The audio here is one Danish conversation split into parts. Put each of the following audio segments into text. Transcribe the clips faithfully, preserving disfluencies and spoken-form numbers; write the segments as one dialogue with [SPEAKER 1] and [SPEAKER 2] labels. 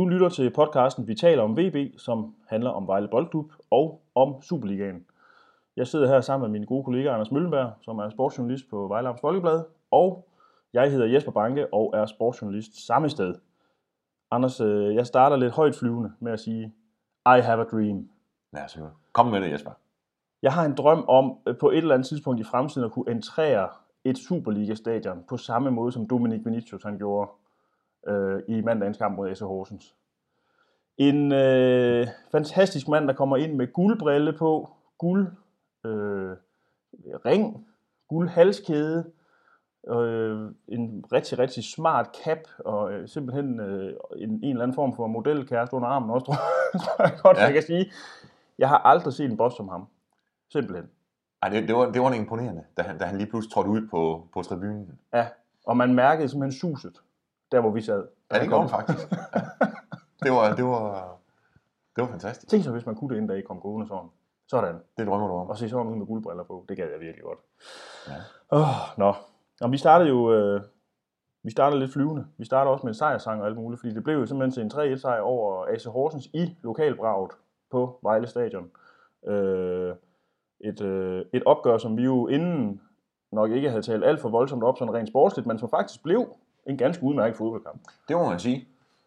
[SPEAKER 1] Du lytter til podcasten Vi taler om V B, som handler om Vejle Boldklub og om Superligaen. Jeg sidder her sammen med min gode kollega Anders Møllenberg, som er sportsjournalist på Vejle Amts Folkeblad, og jeg hedder Jesper Banke og er sportsjournalist samme sted. Anders, jeg starter lidt højt flyvende med at sige, I have a dream.
[SPEAKER 2] Ja, så kom med det, Jesper.
[SPEAKER 1] Jeg har en drøm om på et eller andet tidspunkt i fremtiden at kunne entrere et Superliga-stadion på samme måde, som Dominik Vinicius han gjorde øh, i mandagens kamp mod A C Horsens. En øh, fantastisk mand, der kommer ind med guldbrille på, guld øh, ring, guld halskæde, øh, en rigtig, rigtig smart cap og øh, simpelthen øh, en, en eller anden form for modelkæreste under armen også, tror jeg godt, ja. Jeg kan sige. Jeg har aldrig set en boss som ham. Simpelthen.
[SPEAKER 2] Ej, det, det, var, det var imponerende, da han, da han lige pludselig trådte ud på, på tribunen.
[SPEAKER 1] Ja, og man mærkede simpelthen suset, der hvor vi sad.
[SPEAKER 2] Ja, det gjorde han faktisk. Ja. Det, var, det, var, det var fantastisk.
[SPEAKER 1] Tænk så, hvis man kunne det, inden der ikke kom gående sådan. Sådan.
[SPEAKER 2] Det drømmer du om.
[SPEAKER 1] Og se sådan ud med guldbriller på, det gad jeg virkelig godt.
[SPEAKER 2] Ja.
[SPEAKER 1] Åh, nå. Nå, vi startede jo øh, vi startede lidt flyvende. Vi startede også med en sejrssang og alt muligt, fordi det blev jo simpelthen til en tre et sejr over A C Horsens i lokalbraget på Vejle Stadion. Øh, et, øh, et opgør, som vi jo inden nok ikke havde talt alt for voldsomt op, sådan rent sportsligt, men som faktisk blev en ganske udmærket fodboldkamp.
[SPEAKER 2] Det må man sige.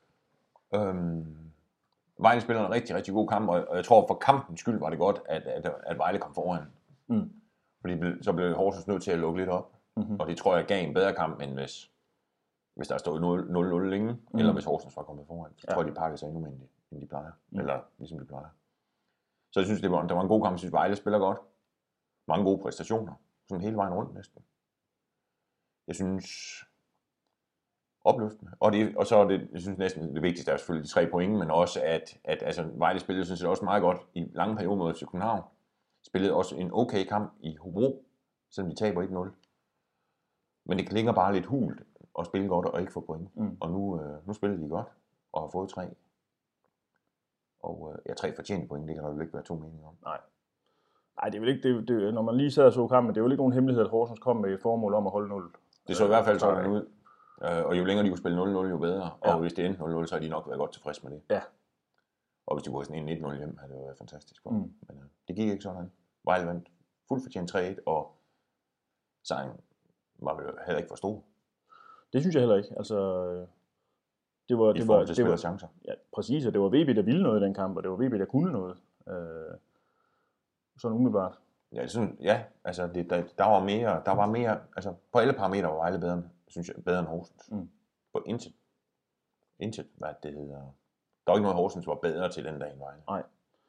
[SPEAKER 2] Øhm, Vejle spiller en rigtig, rigtig god kamp, og jeg tror for kampens skyld var det godt, at, at, at Vejle kom foran.
[SPEAKER 1] Mm.
[SPEAKER 2] Fordi så blev Horsens nødt til at lukke lidt op, mm-hmm. og det tror jeg gav en bedre kamp, end hvis, hvis der stod nul nul længe, mm. eller hvis Horsens var kommet foran. Så ja. tror jeg, de pakkede sig endnu mere, end de, end de plejer. Mm. Eller ligesom de plejer. Så jeg synes, det var, det var en god kamp. Jeg synes, Vejle spiller godt. Mange gode præstationer. Sådan hele vejen rundt næsten. Jeg synes, opløftende. Og, det, og så er det, jeg synes næsten det vigtigste er selvfølgelig de tre point, men også at, at altså, Vejle spillede synes jeg også meget godt i lange perioder mod F C København. Spillede også en okay kamp i Hobro, selvom de taber et nul. Men det klinger bare lidt hult at spille godt og ikke få point. Mm. Og nu, øh, nu spiller de godt og har fået tre. Og øh, ja, tre fortjente point, det kan der jo ikke være to meninger om.
[SPEAKER 1] Nej. Nej, det er vel ikke, det, det, når man lige sad og så kampen, det er jo ikke nogen hemmelighed, at Horsens kom med et formål om at holde nul.
[SPEAKER 2] Det så i hvert fald sådan ud. Og jo længere de kunne spille nul nul, jo bedre. Ja. Og hvis det endte nul nul, så har de nok været godt tilfreds med det.
[SPEAKER 1] Ja.
[SPEAKER 2] Og hvis de kunne have sådan en et nul hjem, havde det jo været fantastisk. Mm. Men øh, det gik ikke sådan. Vejle vandt fuldt fortjent tre et, og sejren var vel heller ikke for stor.
[SPEAKER 1] Det synes jeg heller ikke. Altså, det var,
[SPEAKER 2] I
[SPEAKER 1] det
[SPEAKER 2] forhold
[SPEAKER 1] var,
[SPEAKER 2] til
[SPEAKER 1] det var,
[SPEAKER 2] chancer.
[SPEAKER 1] Ja, præcis, og det var V B, der ville noget i den kamp, og det var V B, der kunne noget. Øh, sådan umiddelbart.
[SPEAKER 2] Ja, sådan, ja, altså det, der, der var mere, der var mere, altså på alle parametre var Vejle bedre, synes jeg, bedre end Horsens. Mm. På intet, intet, hvad det hedder. Der var ikke noget, Horsens var bedre til den dag end Vejle.
[SPEAKER 1] Nej.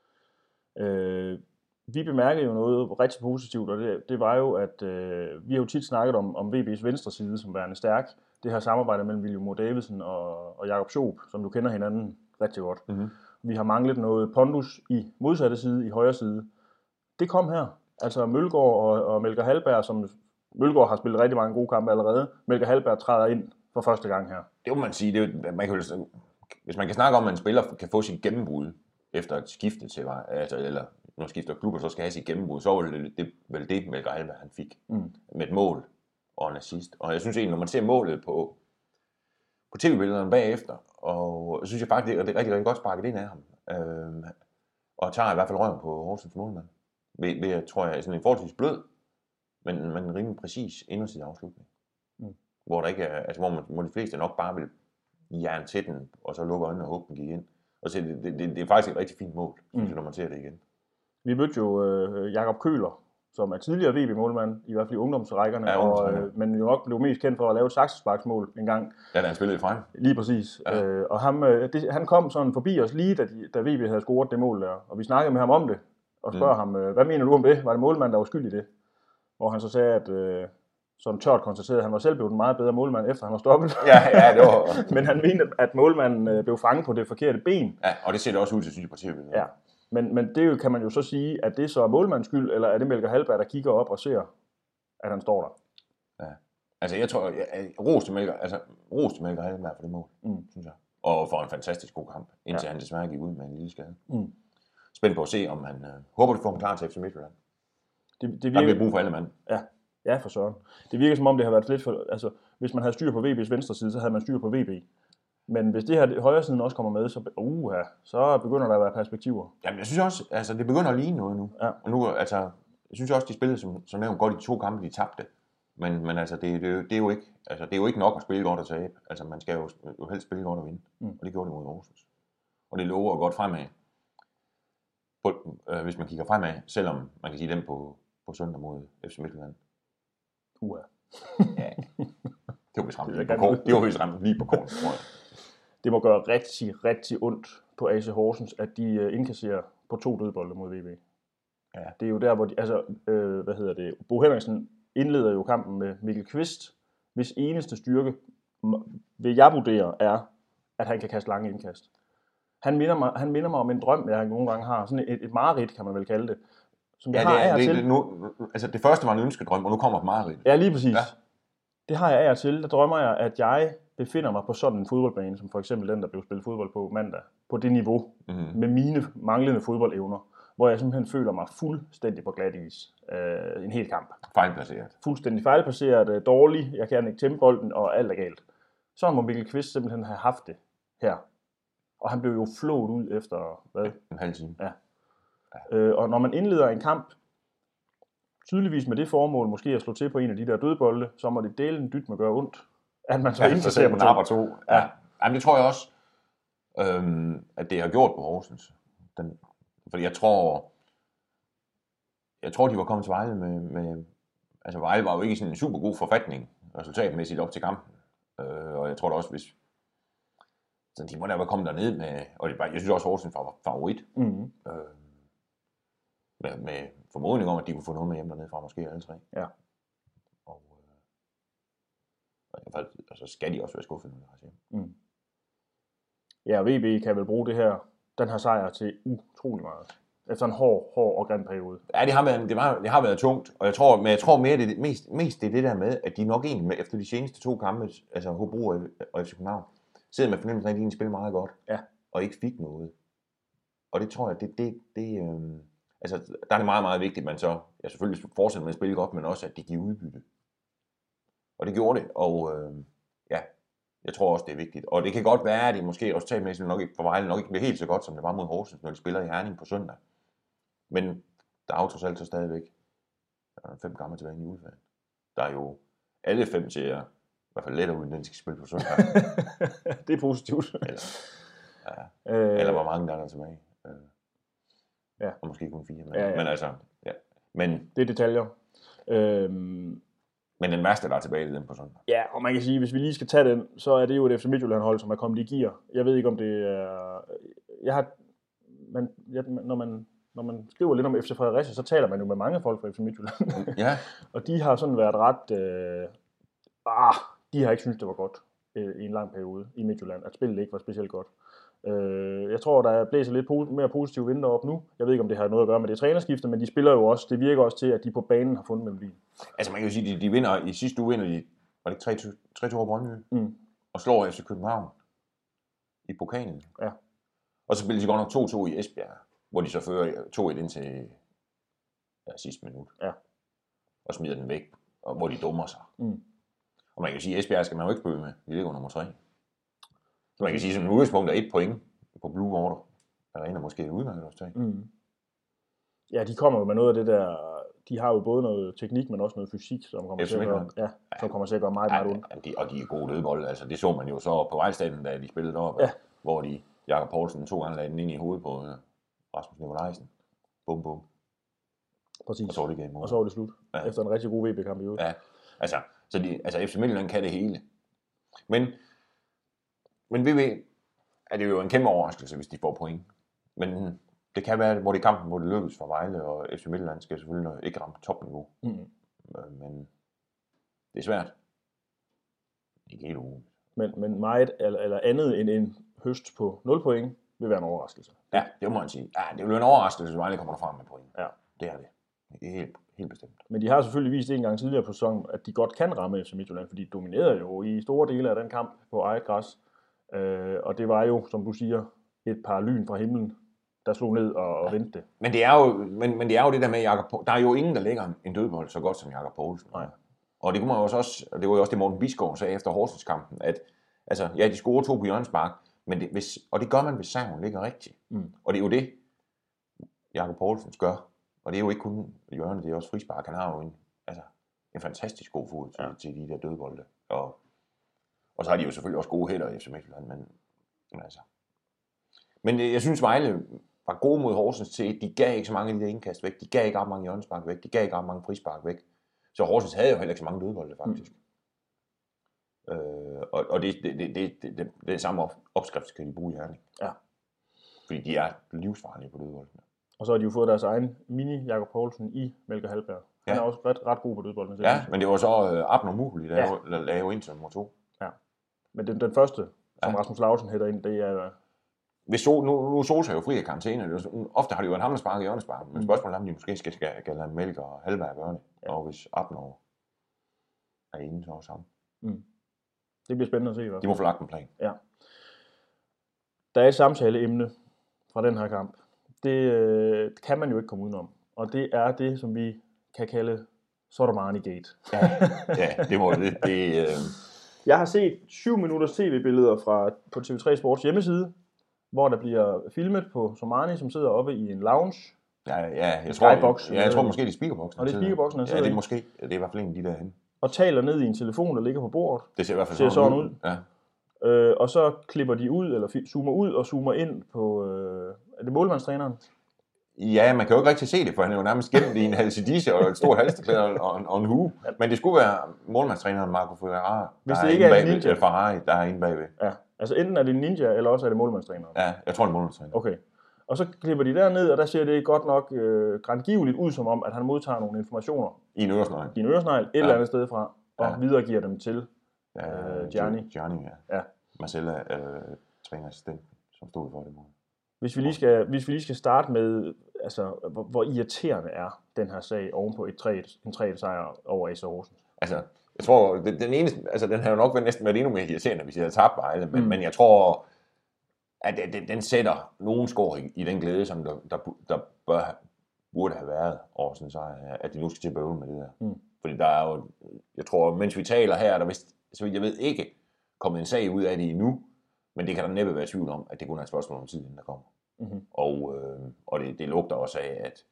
[SPEAKER 1] Øh, vi bemærkede jo noget rigtig positivt, og det, det var jo, at øh, vi har jo tit snakket om, om V B's venstre side som værende stærk. Det her samarbejde mellem William Moe Davidsen og, og Jakob Schoop, som jo kender hinanden rigtig godt. Mm-hmm. Vi har manglet noget pondus i modsatte side, i højre side. Det kom her. Altså Mølgaard og, og Melker Hallberg, som Mølgaard har spillet rigtig mange gode kampe allerede. Melker Hallberg træder ind for første gang her.
[SPEAKER 2] Det må man sige. Det er, man kan, hvis man kan snakke om, at en spiller kan få sit gennembrud efter et skifte til, altså, eller når skifter klubber, så skal have sit gennembrud, så var det, det vel det, Melker Hallberg han fik. Mm. Med et mål og en assist. Og jeg synes egentlig, når man ser målet på, på tv-billederne bagefter, og jeg synes jeg faktisk, det er rigtig, rigtig godt sparket ind af ham. Øhm, og tager i hvert fald røven på Horsens målmand. Ved, ved, jeg tror jeg, er sådan en forholdsvis blød, men, men en rimelig præcis inderside afslutning. Mm. Hvor, der ikke er, altså, hvor, man, hvor de fleste nok bare vil jern til den, og så lukke øjnene og håbe, den gik ind. Og så det, det, det, det er faktisk et rigtig fint mål, synes mm. jeg, når man ser det igen. Vi
[SPEAKER 1] mødte jo øh, Jakob Køhler, som er tidligere V B-målmand, i hvert fald i ungdomsrækkerne,
[SPEAKER 2] ja,
[SPEAKER 1] og, øh, men jo nok blev mest kendt for at lave et saksesparksmål en gang.
[SPEAKER 2] Ja, da han spillede i Frem.
[SPEAKER 1] Lige præcis. Ja. Øh, og ham, øh, det, han kom sådan forbi os lige, da, de, da V B havde scoret det mål der, og vi snakkede med ham om det, og spørger mm. ham, hvad mener du om det? Var det målmand, der var skyld i det? Hvor han så sagde, at øh, sådan tørt konstaterede, at han var selv blevet en meget bedre målmand, efter han var stoppet.
[SPEAKER 2] Ja, ja, det var...
[SPEAKER 1] Men han mente, at målmanden øh, blev fanget på det forkerte ben.
[SPEAKER 2] Ja, og det ser det også ud til, synes jeg, på tv.
[SPEAKER 1] Ja, men, men det kan man jo så sige, at det så er målmandens skyld, eller er det Melker Hallberg, der kigger op og ser, at han står der?
[SPEAKER 2] Ja, altså jeg tror, jeg, ros til Melker, altså ros til Melker Hallberg for det mål, mm. synes jeg. Og for en fantastisk god kamp, indtil ja. han desværre gik ud med en lille skade. Mm. Spændt på at se, om han øh, håber, de får ham klar til F C Midtjylland. Det, det virker... Der bliver brug for alle mand.
[SPEAKER 1] Ja, ja, for søren. Det virker som om, det har været lidt for... Altså, hvis man havde styr på V B's venstre side, så havde man styr på V B. Men hvis det her højre siden også kommer med, så, uh, så begynder der at være perspektiver.
[SPEAKER 2] Jamen, jeg synes også, altså det begynder at ligne noget nu.
[SPEAKER 1] Ja.
[SPEAKER 2] Og nu, altså, jeg synes også, de spillede som, som nævnt godt i de to kampe, de tabte. Men, men altså, det, det, det, er jo ikke, altså, det er jo ikke nok at spille godt og tabe. Altså, man skal jo, jo helst spille godt og vinde. Mm. Og det gjorde det mod Horsens. Og det lover godt fremad. På, øh, hvis man kigger fremad, selvom man kan sige dem på, på søndag mod F C Midtjylland.
[SPEAKER 1] Uha.
[SPEAKER 2] Ja. Det var vist ramt lige på kort. Det var vist ramt lige på kort, tror jeg.
[SPEAKER 1] Det må gøre rigtig, rigtig ondt på A C Horsens, at de indkasserer på to dødbolde mod V B. Ja. Det er jo der, hvor de, altså, øh, hvad hedder det, Bo Henriksen indleder jo kampen med Mikkel Kvist, hvis eneste styrke, vil jeg vurdere, er, at han kan kaste lange indkast. Han minder mig, han minder mig om en drøm, jeg nogle gange har. Sådan et, et mareridt, kan man vel kalde det. Som jeg
[SPEAKER 2] ja,
[SPEAKER 1] har
[SPEAKER 2] det, er,
[SPEAKER 1] af
[SPEAKER 2] det,
[SPEAKER 1] til.
[SPEAKER 2] Det, nu, altså det første var en ønskedrøm, og nu kommer et mareridt.
[SPEAKER 1] Ja, lige præcis.
[SPEAKER 2] Ja.
[SPEAKER 1] Det har jeg af til. Der drømmer jeg, at jeg befinder mig på sådan en fodboldbane, som for eksempel den, der blev spillet fodbold på mandag, på det niveau, mm-hmm. med mine manglende fodboldevner, hvor jeg simpelthen føler mig fuldstændig på glat is. Øh, en hel kamp.
[SPEAKER 2] Fejlplaceret.
[SPEAKER 1] Fuldstændig fejlplaceret, øh, dårlig, jeg kan ikke tæmme bolden, og alt er galt. Så må Mikkel Kvist simpelthen have haft det her. Og han blev jo flået ud efter, hvad?
[SPEAKER 2] En halv time.
[SPEAKER 1] Ja. ja. Øh, og når man indleder en kamp, tydeligvis med det formål, måske at slå til på en af de der dødbolde, så må det dele en dyt med gøre ondt. At man så
[SPEAKER 2] ja,
[SPEAKER 1] indkasserer på
[SPEAKER 2] to. to. Ja. ja. Jamen, det tror jeg også, øhm, at det har gjort på Horsens. Den, fordi jeg tror, jeg tror, de var kommet til Vejle med, med altså Vejle var jo ikke i sådan en super god forfatning, resultatmæssigt op til kampen. Øh, og jeg tror da også, hvis så de må da være kommet derned med, og det, jeg synes også, Horsens var favorit. Mm-hmm. Øh, med, med formodning om, at de kunne få noget med hjem dernede fra, måske alle tre.
[SPEAKER 1] Ja.
[SPEAKER 2] Og, øh, og i hvert fald, altså skal de også være skuffet, når de har hjem.
[SPEAKER 1] Mm. Ja, og V B kan vel bruge det her, den her sejr til utrolig meget. Efter en hård, hård og grim periode.
[SPEAKER 2] Ja, det har været, det har, det har været tungt, og jeg tror, men jeg tror mere, det, mest, mest det er det der med, at de nok egentlig med, efter de seneste to kampe, altså Hobro og F C København, sidder med fornemmelsen af, at de egentlig spiller meget godt,
[SPEAKER 1] ja.
[SPEAKER 2] Og ikke fik noget. Og det tror jeg, det, det, det øh, altså, der er det meget, meget vigtigt, at man så, ja, selvfølgelig fortsætter med at spille godt, men også, at de giver udbytte. Og det gjorde det, og øh, ja, jeg tror også, det er vigtigt. Og det kan godt være, at det måske også tagmæssigt nok ikke, for Vejle nok ikke bliver helt så godt, som det var mod Horsens, når de spiller i Herning på søndag. Men der er jo trods alt så stadigvæk der er fem kampe tilbage i juleferien. Der er jo alle fem til at i hvert fald lettere uden den skal spille på søndag.
[SPEAKER 1] Det er positivt.
[SPEAKER 2] Eller, ja, øh, eller hvor mange der er der tilbage. Øh,
[SPEAKER 1] ja.
[SPEAKER 2] Og måske kun fire. Men,
[SPEAKER 1] ja, ja.
[SPEAKER 2] men altså, ja. Men,
[SPEAKER 1] det er detaljer. Øhm,
[SPEAKER 2] men den værste, der er tilbage, det er den på søndag.
[SPEAKER 1] Ja, og man kan sige, hvis vi lige skal tage den, så er det jo et F C Midtjylland-hold, som er kommet i gear. Jeg ved ikke, om det er... Jeg har... Man, jeg, når man... Når man skriver lidt om F C Fredericia, så taler man jo med mange folk fra F C Midtjylland.
[SPEAKER 2] Ja.
[SPEAKER 1] Og de har sådan været ret... Øh, ah, de har ikke syntes, det var godt øh, i en lang periode i Midtjylland, at spillet ikke var specielt godt. Øh, jeg tror, der blæser lidt po- mere positive vinder op nu. Jeg ved ikke, om det har noget at gøre med det trænerskifte, men de spiller jo også. Det virker også til, at de på banen har fundet melodien.
[SPEAKER 2] Altså man kan jo sige, at de, de vinder i sidste uge, vinder de, var det tre to over Brøndby, mm. og slår F C København i pokalen.
[SPEAKER 1] Ja.
[SPEAKER 2] Og så spiller de godt nok to to i Esbjerg, hvor de så fører to et ind til ja, sidste minut.
[SPEAKER 1] Ja. Og
[SPEAKER 2] smider den væk, og hvor de dummer sig.
[SPEAKER 1] Mm.
[SPEAKER 2] Og man kan sige, at Esbjerg skal man jo ikke spøge med. De ligger nummer tre. Så man kan sige, at som udgangspunkt er et point på Blue Water. Der er en, der måske er udmærket også til.
[SPEAKER 1] Mm. Ja, de kommer jo med noget af det der... De har jo både noget teknik, men også noget fysik, som kommer, til at, gøre, ja, som kommer til at gøre meget, meget ondt.
[SPEAKER 2] Ja, de, og de er gode dødbolde. Altså, det så man jo så på Vejlstaden, da de spillede deroppe, ja. Hvor de, Jakob Poulsen to gange lagde den ind i hovedet på uh, Rasmus Nikolajsen. Bum, bum.
[SPEAKER 1] Præcis.
[SPEAKER 2] Og så var det game over.
[SPEAKER 1] Og så var det slut. Ja. Efter en rigtig god V B-kamp i øvrigt.
[SPEAKER 2] Ja, altså, så de, altså F C Midtjylland kan det hele. Men, men V B er det jo en kæmpe overraskelse, hvis de får point. Men det kan være, hvor det er kampen, hvor det lykkes for Vejle, og F C Midtjylland skal selvfølgelig ikke ramme topniveau. Mm. Men det er svært. Ikke helt umuligt.
[SPEAKER 1] Men, men meget eller, eller andet end en høst på nul point vil være en overraskelse.
[SPEAKER 2] Ja, det må man sige. Ja, det vil være en overraskelse, hvis Vejle kommer derfra med point.
[SPEAKER 1] Ja.
[SPEAKER 2] Det er det. Det er helt, helt bestemt.
[SPEAKER 1] Men de har selvfølgelig vist en gang tidligere på sæsonen, at de godt kan ramme F C Midtjylland, fordi de dominerede jo i store dele af den kamp på eget græs. Øh, og det var jo, som du siger, et par lyn fra himlen, der slog ned og, og vendte det.
[SPEAKER 2] Men det er jo, men, men det er jo det der med Jakob. Der er jo ingen, der lægger en dødbold så godt som Jakob Poulsen.
[SPEAKER 1] Nej.
[SPEAKER 2] Og det kunne man jo også, og det var jo også det Morten Bisgaard sagde efter Horsens-kampen, at Altså, ja, de scorer to på hjørnespark, men det, hvis, og det gør man, hvis serven ligger rigtigt.
[SPEAKER 1] Mm.
[SPEAKER 2] Og det er jo det, Jakob Poulsen gør. Og det er jo ikke kun hjørnet, det er også frispark. Han har jo en, altså, en fantastisk god fod til, ja. til de der dødbolde. Og, og så har de jo selvfølgelig også gode hætter i F C Midtjylland, men, men altså. Men jeg synes, Vejle var gode mod Horsens til, de gav ikke så mange af de der indkast væk, de gav ikke ret mange hjørnespark væk, de gav ikke ret mange frispark væk. Så Horsens havde jo heller ikke så mange dødbolde, faktisk. Mm. Øh, og og det, det, det, det, det, det, det er samme opskrift, skal de bruge i Herning.
[SPEAKER 1] Ja.
[SPEAKER 2] Fordi de er livsfarlige på dødboldene.
[SPEAKER 1] Og så har de jo fået deres egen mini Jakob Poulsen i Melker Halberg. Han ja. er også ret, ret god på dødboldene.
[SPEAKER 2] Ja, men det var så uh, Abner Muhli, der ja. lagde jo ind til nummer to.
[SPEAKER 1] Ja, men den, den første, som ja. Rasmus Lausen hætter ind, det er...
[SPEAKER 2] Hvis so, nu, nu Sosa er jo fri af karantæne. Ofte har de jo en hammerspark i hjørnespark, men spørgsmålet er, om de måske skal, skal, skal lade Melker og Halberg gøre det. Ja. Og hvis Abner er inde, så også ham. Mm.
[SPEAKER 1] Det bliver spændende at se. Hvad?
[SPEAKER 2] De må få lagt en plan.
[SPEAKER 1] Ja. Der er et samtaleemne fra den her kamp. Det øh, kan man jo ikke komme udenom. Og det er det, som vi kan kalde Sotomani-gate.
[SPEAKER 2] Ja, ja, det må det. det øh...
[SPEAKER 1] Jeg har set syv minutters tv-billeder fra, på T V tre Sports hjemmeside, hvor der bliver filmet på Somani, som sidder oppe i en lounge.
[SPEAKER 2] Ja, ja jeg, tror,
[SPEAKER 1] Skybox,
[SPEAKER 2] ja, jeg tror måske, det er speakerboksen.
[SPEAKER 1] Og det er speakerboksen, han
[SPEAKER 2] sidder. Ja, det er måske. Det er i hvert fald en af de derhen.
[SPEAKER 1] Og taler ned i en telefon, der ligger på bordet.
[SPEAKER 2] Det ser i hvert fald
[SPEAKER 1] ser
[SPEAKER 2] sådan,
[SPEAKER 1] sådan ud.
[SPEAKER 2] ud. Ja.
[SPEAKER 1] Øh, og så klipper de ud, eller zoomer ud og zoomer ind på, øh, er det målmandstræneren?
[SPEAKER 2] Ja, man kan jo ikke rigtig se det, for han er jo nærmest gemt i en halsidisse og et stort halsterklæde og, og en hue. Men det skulle være målmandstræneren Marco Ferrara,
[SPEAKER 1] hvis
[SPEAKER 2] der
[SPEAKER 1] det
[SPEAKER 2] er
[SPEAKER 1] ikke er en ninja.
[SPEAKER 2] Ferrari, der er inde bagved.
[SPEAKER 1] Ja, altså enten er det ninja, eller også er det målmandstræneren.
[SPEAKER 2] Ja, jeg tror det er målmandstræneren.
[SPEAKER 1] Okay. Og så klipper de derned, og der ser det godt nok øh, grandgiveligt ud, som om, at han modtager nogle informationer.
[SPEAKER 2] I en øresnegl.
[SPEAKER 1] I en øresnegl, et ja. eller andet sted fra, og ja. videregiver dem til
[SPEAKER 2] ja,
[SPEAKER 1] øh, Gianni.
[SPEAKER 2] Gianni, ja.
[SPEAKER 1] ja.
[SPEAKER 2] Marcella, øh, trænerassistenten, som stod for det.
[SPEAKER 1] Hvis vi lige skal, hvis vi lige skal starte med, altså, hvor, hvor irriterende er den her sag ovenpå et tre, en tre et sejr over A C Horsens?
[SPEAKER 2] Altså, jeg tror, den, den eneste, altså den har jo nok været næsten været endnu mere irriterende, hvis jeg havde tabt Vejle, men, mm. men jeg tror, at den, den sætter nogen skår i, i den glæde, som der, der, der bør, burde have været over sådan en sejr, at de nu skal til at bøvle med det der. Mm. Fordi der er jo, jeg tror, mens vi taler her, der vist, så jeg ved ikke, kommet en sag ud af det endnu, men det kan der næppe være tvivl om, at det kun er et spørgsmål om tid, inden der kommer. Mm-hmm. Og, øh, og det, det lugter også af, at,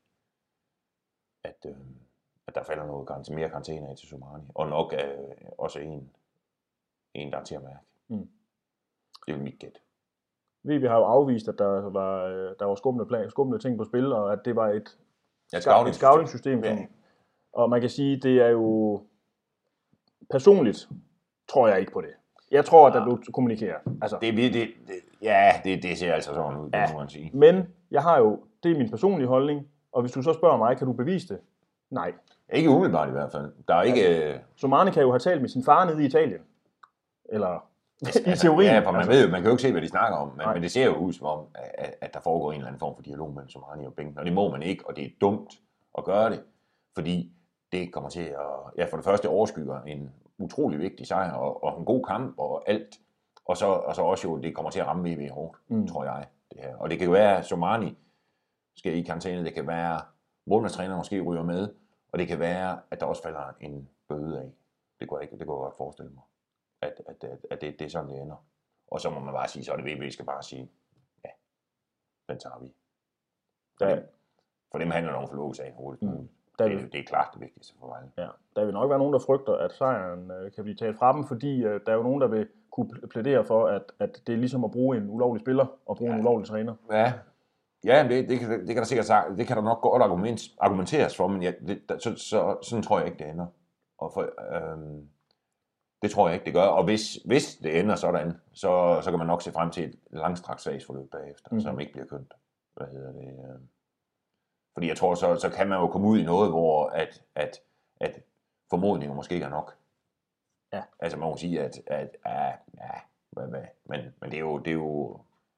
[SPEAKER 2] at, øh, at der falder noget garant, mere karantæne af til Somani. Og nok øh, også en, en, der er til at mærke. Mm. Det er jo mit gæt.
[SPEAKER 1] Vi har jo afvist, at der var, der var skumle, plan, skumle ting på spil, og at det var et,
[SPEAKER 2] ja,
[SPEAKER 1] et scouting-system. Ja. Og man kan sige, det er jo personligt, tror jeg ikke på det. Jeg tror, at der blev kommunikeret. Altså,
[SPEAKER 2] det, det, det, ja, det, det ser altså sådan ud,
[SPEAKER 1] ja,
[SPEAKER 2] må man sige.
[SPEAKER 1] Men jeg har jo, det er min personlige holdning, og hvis du så spørger mig, kan du bevise det? Nej.
[SPEAKER 2] Ikke umiddelbart i hvert fald. Der er ikke...
[SPEAKER 1] Altså, Somani kan jo have talt med sin far nede i Italien. Eller i teorien.
[SPEAKER 2] Ja, for man altså, ved jo, man kan jo ikke se, hvad de snakker om, men, men det ser jo ud som om, at, at der foregår en eller anden form for dialog mellem Somani og bænken, og det må man ikke, og det er dumt at gøre det, fordi det kommer til at, ja, for det første overskygger en utrolig vigtig sejr, og, og en god kamp, og alt, og så, og så også jo, det kommer til at ramme V V hårdt, mm. tror jeg, det her. Og det kan jo være, at Somani skal i karantæne, det kan være, målmandstræneren måske ryger med, og det kan være, at der også falder en bøde af. Det kunne jeg, ikke, det kunne jeg godt forestille mig. At, at, at, at det, det er sådan, det ender. Og så må man bare sige, så er det V V, skal bare sige, ja, den tager vi. For, ja. dem, for dem handler det om forlovelse af hurtigt. Mm. Det, vil, det er klart det vigtigste for Vejle.
[SPEAKER 1] Ja, der vil nok være nogen, der frygter, at sejren øh, kan blive taget fra dem, fordi øh, der er jo nogen, der vil kunne plædere for, at, at det er ligesom at bruge en ulovlig spiller og bruge ja. en ulovlig træner.
[SPEAKER 2] Ja, ja det, det, kan, det kan der sikkert sagt, det kan der nok godt argumenteres for, men ja, det, så, så, sådan tror jeg ikke, det ender. Og for, øhm, det tror jeg ikke, det gør. Og hvis, hvis det ender sådan, så, så kan man nok se frem til et langstrakt sagsforløb bagefter, mm. som ikke bliver kønt. Hvad hedder det? Øh. Fordi jeg tror, så, så kan man jo komme ud i noget, hvor at, at, at formodninger måske ikke er nok.
[SPEAKER 1] Ja.
[SPEAKER 2] Altså man må sige, at, at ja, ja, hvad, hvad, men, men det er jo, det er jo,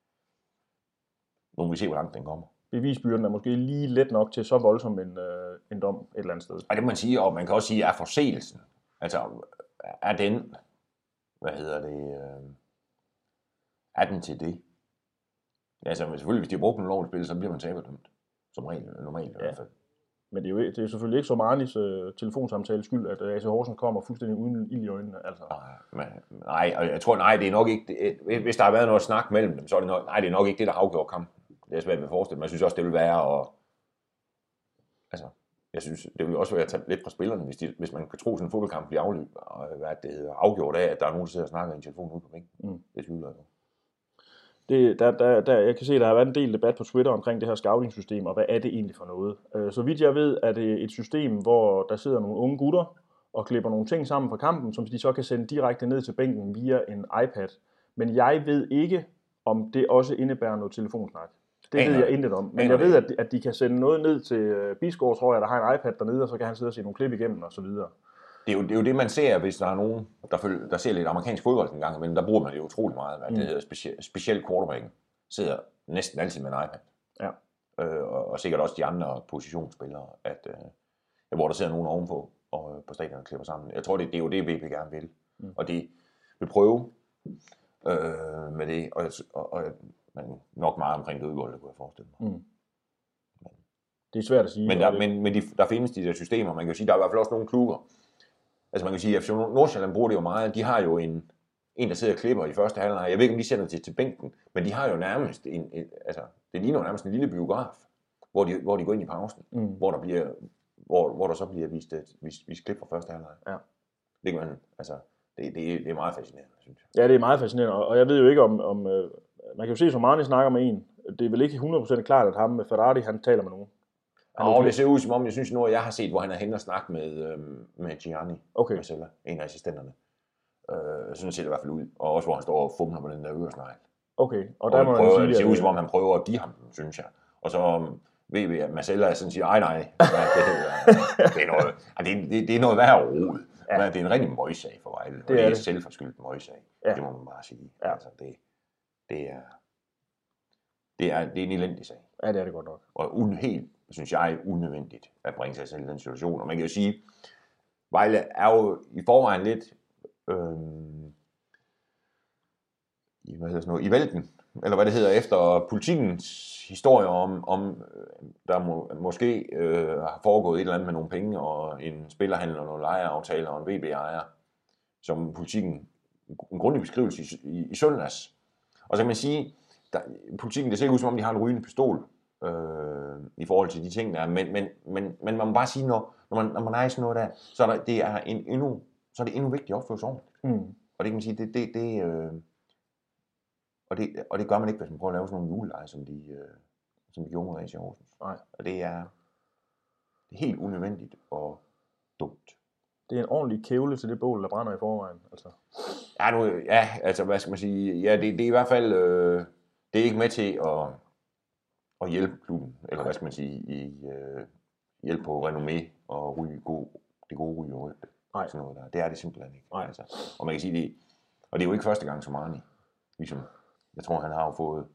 [SPEAKER 2] nu må vi se, hvor langt den kommer.
[SPEAKER 1] Bevisbyrden er måske lige let nok til så voldsom en, øh, en dom et eller andet sted.
[SPEAKER 2] Og det må man sige, og man kan også sige, er forseelsen, altså er den, hvad hedder det, øh, er den til det? Altså selvfølgelig, hvis de har brugt en lovlig spil, så bliver man taberdømt. Som regel, normalt i
[SPEAKER 1] ja.
[SPEAKER 2] hvert fald.
[SPEAKER 1] Men det er jo det er selvfølgelig ikke Somanis øh, telefonsamtale skyld, at A C Horsens kommer fuldstændig uden ild i øjnene. Altså.
[SPEAKER 2] Nej, men, nej, og jeg tror, nej, det er nok ikke, det, hvis der har været noget snak mellem dem, så er det nok, nej, det er nok ikke det, der afgjorde kampen. Det er svært ved at forestille, men jeg synes også, det vil være, og altså, jeg synes, det vil også være at tage lidt fra spillerne, hvis, de, hvis man kan tro, sådan en fodboldkamp bliver afløb, og hvad det hedder, afgjort af, at der er nogen, der sidder og snakker i en telefon ude på bænken. Mm. Det tvivler jeg.
[SPEAKER 1] Det, der, der, der, jeg kan se, at der har været en del debat på Twitter omkring det her scouting-system, og hvad er det egentlig for noget? Så vidt jeg ved, er det et system, hvor der sidder nogle unge gutter og klipper nogle ting sammen fra kampen, som de så kan sende direkte ned til bænken via en iPad. Men jeg ved ikke, om det også indebærer noget telefonsnak. Det Aner. ved jeg intet om. Men Aner. jeg ved, at de, at de kan sende noget ned til Bisgaard, tror jeg, der har en iPad dernede, og så kan han sidde og se nogle klip igennem og så videre.
[SPEAKER 2] Det er, jo, det er jo det, man ser, hvis der er nogen, der, følger, der ser lidt amerikansk fodbold en gang, men der bruger man det utrolig meget. Hvad mm. det hedder specielt, specielt quarterbacken sidder næsten altid med en iPad.
[SPEAKER 1] Ja.
[SPEAKER 2] Øh, og, og sikkert også de andre positionsspillere, at, øh, hvor der sidder nogen ovenpå og på stadion og klipper sammen. Jeg tror, det, det er jo det, V P gerne vil. Mm. Og de vil prøve øh, med det, og, og, og men nok meget omkring dødgård, det kunne jeg forestille mig. Mm.
[SPEAKER 1] Det er svært at sige.
[SPEAKER 2] Men, der, men, men de, der findes de der systemer, man kan jo sige, der er i hvert fald også nogle klubber. Altså man kan sige, at F C Nordsjælland bruger det jo meget. De har jo en, en der sidder og klipper i første halvleg. Jeg ved ikke, om de sender til til bænken, men de har jo nærmest en, en altså det ligner jo nærmest en lille biograf, hvor de, hvor de går ind i pausen, mm. hvor der bliver, hvor, hvor der så bliver vist, vist, vist klip fra første halvleg.
[SPEAKER 1] Ja.
[SPEAKER 2] Det kan man, altså det, det, det er meget fascinerende, synes jeg.
[SPEAKER 1] Ja, det er meget fascinerende, og jeg ved jo ikke om, om man kan jo se, som Arne snakker med en. Det er vel ikke hundrede procent klart, at ham med Ferrari, han taler med nogen.
[SPEAKER 2] Og det ser ud som om, jeg synes noget, jeg har set, hvor han er henne og snakke med, øhm, med Gianni,
[SPEAKER 1] okay.
[SPEAKER 2] Marcella, en af assistenterne. Øh, sådan ser det i hvert fald ud. Og også hvor han står og fumler på den der øresnegl.
[SPEAKER 1] Okay, og,
[SPEAKER 2] og
[SPEAKER 1] der må man
[SPEAKER 2] prøver,
[SPEAKER 1] sige,
[SPEAKER 2] det ser ud som om, han prøver at give ham den, synes jeg. Og så um, ved vi, at Marcella sådan siger, ej nej, det, det, er noget, det, det, det er noget værre rod. Ja. Det er en rigtig møgssag for Vejle, og det er, det er selvforskyldt møgssag. Ja. Det må man bare sige.
[SPEAKER 1] Ja.
[SPEAKER 2] Altså, det, det, er, det, er, det er en elendig sag.
[SPEAKER 1] Ja, det er det godt nok.
[SPEAKER 2] Og un, helt, synes jeg, unødvendigt at bringe sig selv i den situation. Og man kan jo sige, Vejle er jo i forvejen lidt øhm, i, hvad hedder sådan noget, i vælten, eller hvad det hedder, efter Politikens historie om, om der må, måske øh, har foregået et eller andet med nogle penge, og en spillerhandel og nogle lejeaftaler og en V B-ejer, som Politiken, en grundig beskrivelse i, i, i søndags. Og så kan man sige, der, Politiken, det ser ud som om, de har en rygende pistol, Øh, i forhold til de ting der, men, men, men, men man må bare sige, når, når, man, når man er i sådan noget der, så er, der, det er en endnu, så er det endnu vigtigt at opføre sig ordentligt. Mm. Og det kan man sige, det, det, det, øh, og, det, og det gør man ikke, hvis man prøver at lave sådan nogle juleleje, som de, øh, som de gjorde med A C Horsens.
[SPEAKER 1] Nej.
[SPEAKER 2] Og det er, det er helt unødvendigt og dumt.
[SPEAKER 1] Det er en ordentlig kævle til det bål, der brænder i forvejen. Altså.
[SPEAKER 2] Ja, nu, ja, altså hvad skal man sige, ja, det, det er i hvert fald, øh, det er ikke med til at og hjælpe klubben, eller hvad skal man sige, i øh, hjælp på renommé og ryge god, det gode ryge og rygte. Sådan noget der. Det er det simpelthen ikke. Altså. Og man kan sige det, og det er jo ikke første gang som Arne. Ligesom, jeg tror han har jo fået,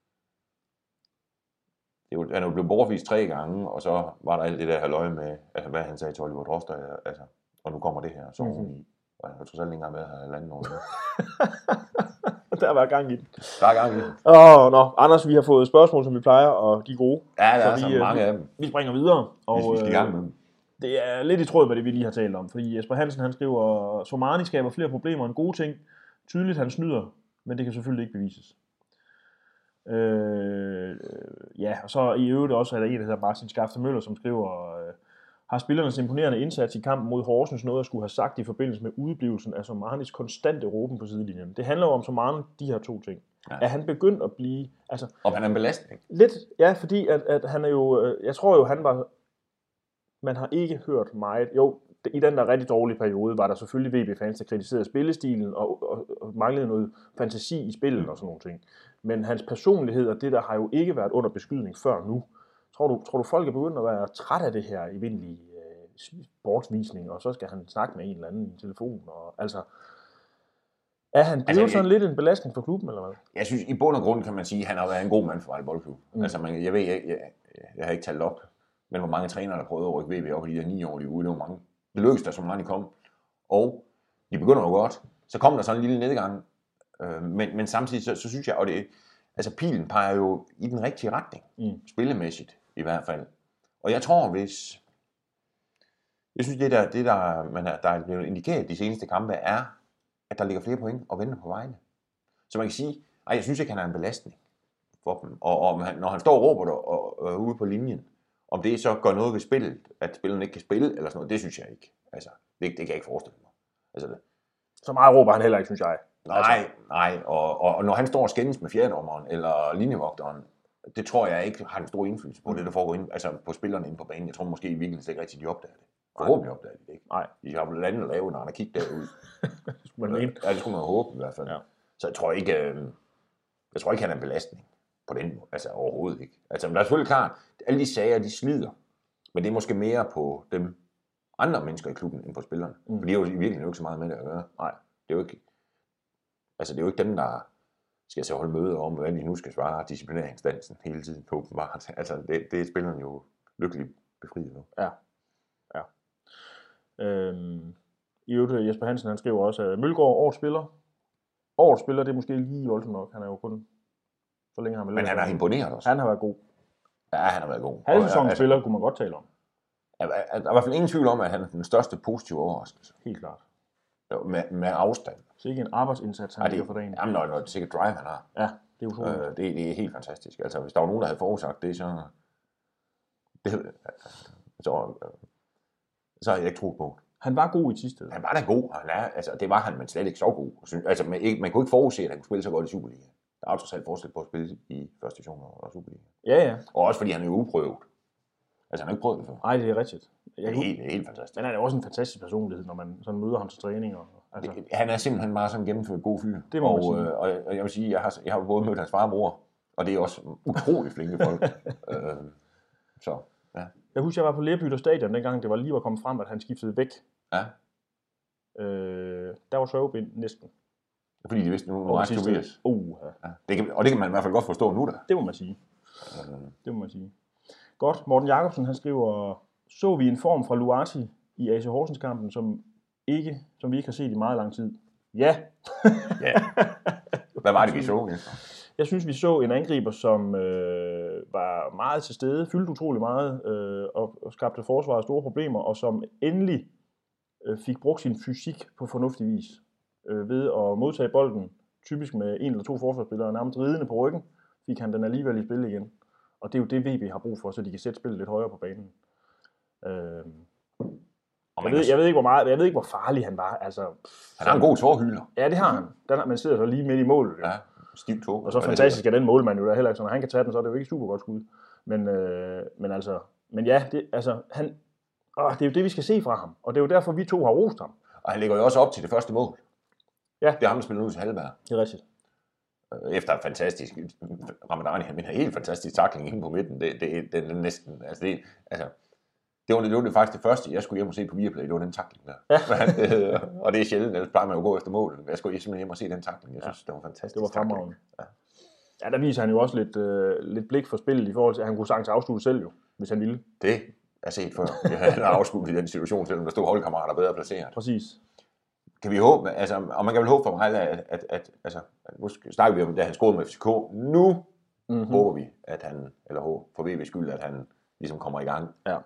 [SPEAKER 2] det er jo, han er jo blevet bortvist tre gange, og så var der alt det der halløj med, altså hvad han sagde til Oliver Droster, altså, og nu kommer det her, så mm-hmm. i, og han har trods alt ikke engang været her halvanden år.
[SPEAKER 1] Der har været gang i den.
[SPEAKER 2] Der er gang i den.
[SPEAKER 1] Åh, nå. Anders, vi har fået spørgsmål, som vi plejer, og de er gode.
[SPEAKER 2] Ja, der er så vi, mange af dem.
[SPEAKER 1] Vi springer videre. Og,
[SPEAKER 2] vi skal i gang med dem.
[SPEAKER 1] Det er lidt i tråd med det, vi lige har talt om. Fordi Jesper Hansen, han skriver, Somani skaber flere problemer end gode ting. Tydeligt, han snyder, men det kan selvfølgelig ikke bevises. Øh, ja, og så i øvrigt også er der en, der hedder Martin Skafte Møller, som skriver, øh, har spillernes imponerende indsats i kampen mod Horsens noget at skulle have sagt i forbindelse med udeblivelsen af Somanis konstante råben på sidelinjen? Det handler jo om Somani, de her to ting. Ja. Er han begyndt at blive... Altså,
[SPEAKER 2] om han er en belastning?
[SPEAKER 1] Lidt, ja, fordi at, at han er jo... Jeg tror jo, han var... Man har ikke hørt meget... Jo, i den der rigtig dårlige periode var der selvfølgelig V B-fans, der kritiserede spillestilen og, og, og manglede noget fantasi i spillet og sådan nogle ting. Men hans personlighed og det der har jo ikke været under beskydning før nu. Tror du, tror du folk er begyndt at være træt af det her evindelige øh, sportsvisning, og så skal han snakke med en eller anden i telefon? Og, altså, er han blevet altså, sådan jeg, lidt en belastning for klubben, eller hvad?
[SPEAKER 2] Jeg synes, i bund og grund kan man sige, at han har været en god mand for Vejle Boldklub. Mm. Altså, man, jeg ved, jeg, jeg, jeg har ikke talt op, men hvor mange trænere, der prøvede at rykke V B op i de der ni år, de ude, det var mange. Det lykkedes der, som mange kom. Og de begynder jo godt. Så kom der sådan en lille nedgang. Øh, men, men samtidig, så, så synes jeg, og det, altså pilen peger jo i den rigtige retning. Mm. Spillemæssigt i hvert fald. Og jeg tror, hvis, Jeg synes, det der, det der, man er, der er blevet indikeret de seneste kampe, er, at der ligger flere point og venter på vejene. Så man kan sige, ej, jeg synes ikke, han er en belastning for dem. Og, og han, når han står og råber der, og, og ude på linjen, om det så gør noget ved spillet, at spillerne ikke kan spille, eller sådan noget, det synes jeg ikke. Altså, det, det kan jeg ikke forestille mig. Altså, det.
[SPEAKER 1] Så meget råber han heller ikke, synes jeg.
[SPEAKER 2] Nej, altså. nej, og, og, og når han står og skændes med fjerdommeren, eller linjevogteren, det tror jeg ikke har en stor indflydelse på mm. det, der foregår ind, altså på spillerne inde på banen. Jeg tror måske i virkeligheden ikke rigtig, de opdager det. Forhåbentlig opdager de det ikke.
[SPEAKER 1] Nej.
[SPEAKER 2] De har blandt andet lavet en anarkik derude.
[SPEAKER 1] Det skulle man mene.
[SPEAKER 2] Ja, det skulle man håbe i hvert fald. Ja. Så jeg tror ikke, øh, jeg tror ikke, han er en belastning på den måde. Altså overhovedet ikke. Altså, men der er selvfølgelig klart, alle de sager, de slider. Men det er måske mere på dem andre mennesker i klubben, end på spillerne. Mm. For de er jo i virkeligheden ikke så meget med det at gøre.
[SPEAKER 1] Nej.
[SPEAKER 2] Det er jo ikke, altså det er jo ikke dem, der skal så holde møder om, hvordan de nu skal svare disciplinærinstansen hele tiden på åbenbart. Altså det, det er spillerne jo lykkeligt befriet nu.
[SPEAKER 1] Ja. Ja. Øhm, I øvrigt, Jesper Hansen, han skriver også, at Mølgaard årets spiller. Årets spiller, det er måske lige voldsomt nok. Han er jo kun så længe han vil.
[SPEAKER 2] Men han har imponeret også.
[SPEAKER 1] Han har været god.
[SPEAKER 2] Ja, han har været god.
[SPEAKER 1] Halvsæsonens
[SPEAKER 2] altså,
[SPEAKER 1] spiller kunne man godt tale om.
[SPEAKER 2] Der er i hvert fald ingen tvivl om, at han er den største positive overraskelse.
[SPEAKER 1] Helt klart.
[SPEAKER 2] Med, med afstand.
[SPEAKER 1] Så ikke en arbejdsindsats, han ligger for dagen.
[SPEAKER 2] Jamen, når det sikkert drive, han har.
[SPEAKER 1] Ja, det er utroligt.
[SPEAKER 2] Øh, det, det er helt fantastisk. Altså, hvis der var nogen, der havde forudsagt det, så... Det, så, så havde jeg ikke troet på.
[SPEAKER 1] Han var god i Thisted.
[SPEAKER 2] Han var da god. Han er, altså, det var han, men slet ikke så god. Altså, man, ikke, man kunne ikke forudse, at han kunne spille så godt i Superliga. Der er jo trods alt forskel på at spille i første division og Superliga.
[SPEAKER 1] Ja, ja.
[SPEAKER 2] Og også fordi han er jo uprøvet. Altså, han har ikke prøvet det før.
[SPEAKER 1] Nej, det er rigtigt.
[SPEAKER 2] Jeg det er helt, helt fantastisk.
[SPEAKER 1] Men han er også en fantastisk personlighed, når man sådan møder ham til træning. Og, altså.
[SPEAKER 2] det, han er simpelthen bare sådan en gennemført god fyr.
[SPEAKER 1] Det må
[SPEAKER 2] og,
[SPEAKER 1] man sige.
[SPEAKER 2] Øh, og, og jeg vil sige, jeg har, jeg har både mødt hans far og mor, og det er også utrolig flinke folk. øh, så, ja.
[SPEAKER 1] Jeg husker, jeg var på Lerbytter Stadion, dengang det var lige var kommet frem, at han skiftede væk.
[SPEAKER 2] Ja.
[SPEAKER 1] Øh, der var Sørgebind næsten.
[SPEAKER 2] Fordi de vidste nu, nu rejste Tobias.
[SPEAKER 1] Uh,
[SPEAKER 2] ja. Det kan, og det kan man i hvert fald godt forstå nu da.
[SPEAKER 1] Det må man sige. Øh. Det må man sige. Godt, Morten Jacobsen, han skriver, så vi en form fra Luati i A C Horsens-kampen, som, ikke, som vi ikke har set i meget lang tid. Ja.
[SPEAKER 2] Ja. Hvad var det, vi så?
[SPEAKER 1] Jeg synes, vi så en angriber, som øh, var meget til stede, fyldte utrolig meget øh, og, og skabte forsvaret store problemer, og som endelig øh, fik brugt sin fysik på fornuftig vis. Øh, ved at modtage bolden, typisk med en eller to forsvarsspillere, nærmest ridende på ryggen, fik han den alligevel i spil igen. Og det er jo det, V B har brug for, så de kan sætte spillet lidt højere på banen. Øh, jeg, ved, jeg ved ikke, hvor meget, jeg ved ikke, hvor farlig han var. Altså,
[SPEAKER 2] han har en god tårhylder.
[SPEAKER 1] Ja, det har han. Den, man sidder så lige midt i målet.
[SPEAKER 2] Ja, stiv tår.
[SPEAKER 1] Og så fantastisk er den målmand jo der heller ikke, så når han kan tage den, så er det jo ikke super godt skud. Men, øh, men altså, men ja, det, altså, han, åh, det er jo det, vi skal se fra ham. Og det er jo derfor, vi to har rost ham.
[SPEAKER 2] Og han ligger jo også op til det første mål.
[SPEAKER 1] Ja.
[SPEAKER 2] Det er ham, der spiller ud til Halberg.
[SPEAKER 1] Det er rigtigt.
[SPEAKER 2] Efter en fantastisk, Ramadani, han mener helt fantastisk tackling inde på midten. Det, det, det er næsten, altså det, altså, det var, det var det faktisk det første, jeg skulle hjem og se på Viaplay, det var den tackling der. Ja. Og det er sjældent, ellers plejer man jo at gå efter målet. Jeg skulle simpelthen hjem og se den tackling. Jeg synes, ja. Det var fantastisk. Det
[SPEAKER 1] var fremragende. Ja. Ja, der viser han jo også lidt, øh, lidt blik for spillet i forhold til, at han kunne sagtens afslutte selv jo, hvis han ville.
[SPEAKER 2] Det er set før. Han har afsluttet i den situation, selvom der stod holdkammerater bedre placeret.
[SPEAKER 1] Præcis.
[SPEAKER 2] Kan vi håbe, altså, og man kan vel håbe for mig, at, at, at altså, nu snakker vi om, da han scorede med F C K, nu mm-hmm. håber vi, at han, eller for V B's skyld, at han ligesom kommer i gang.
[SPEAKER 1] Ja.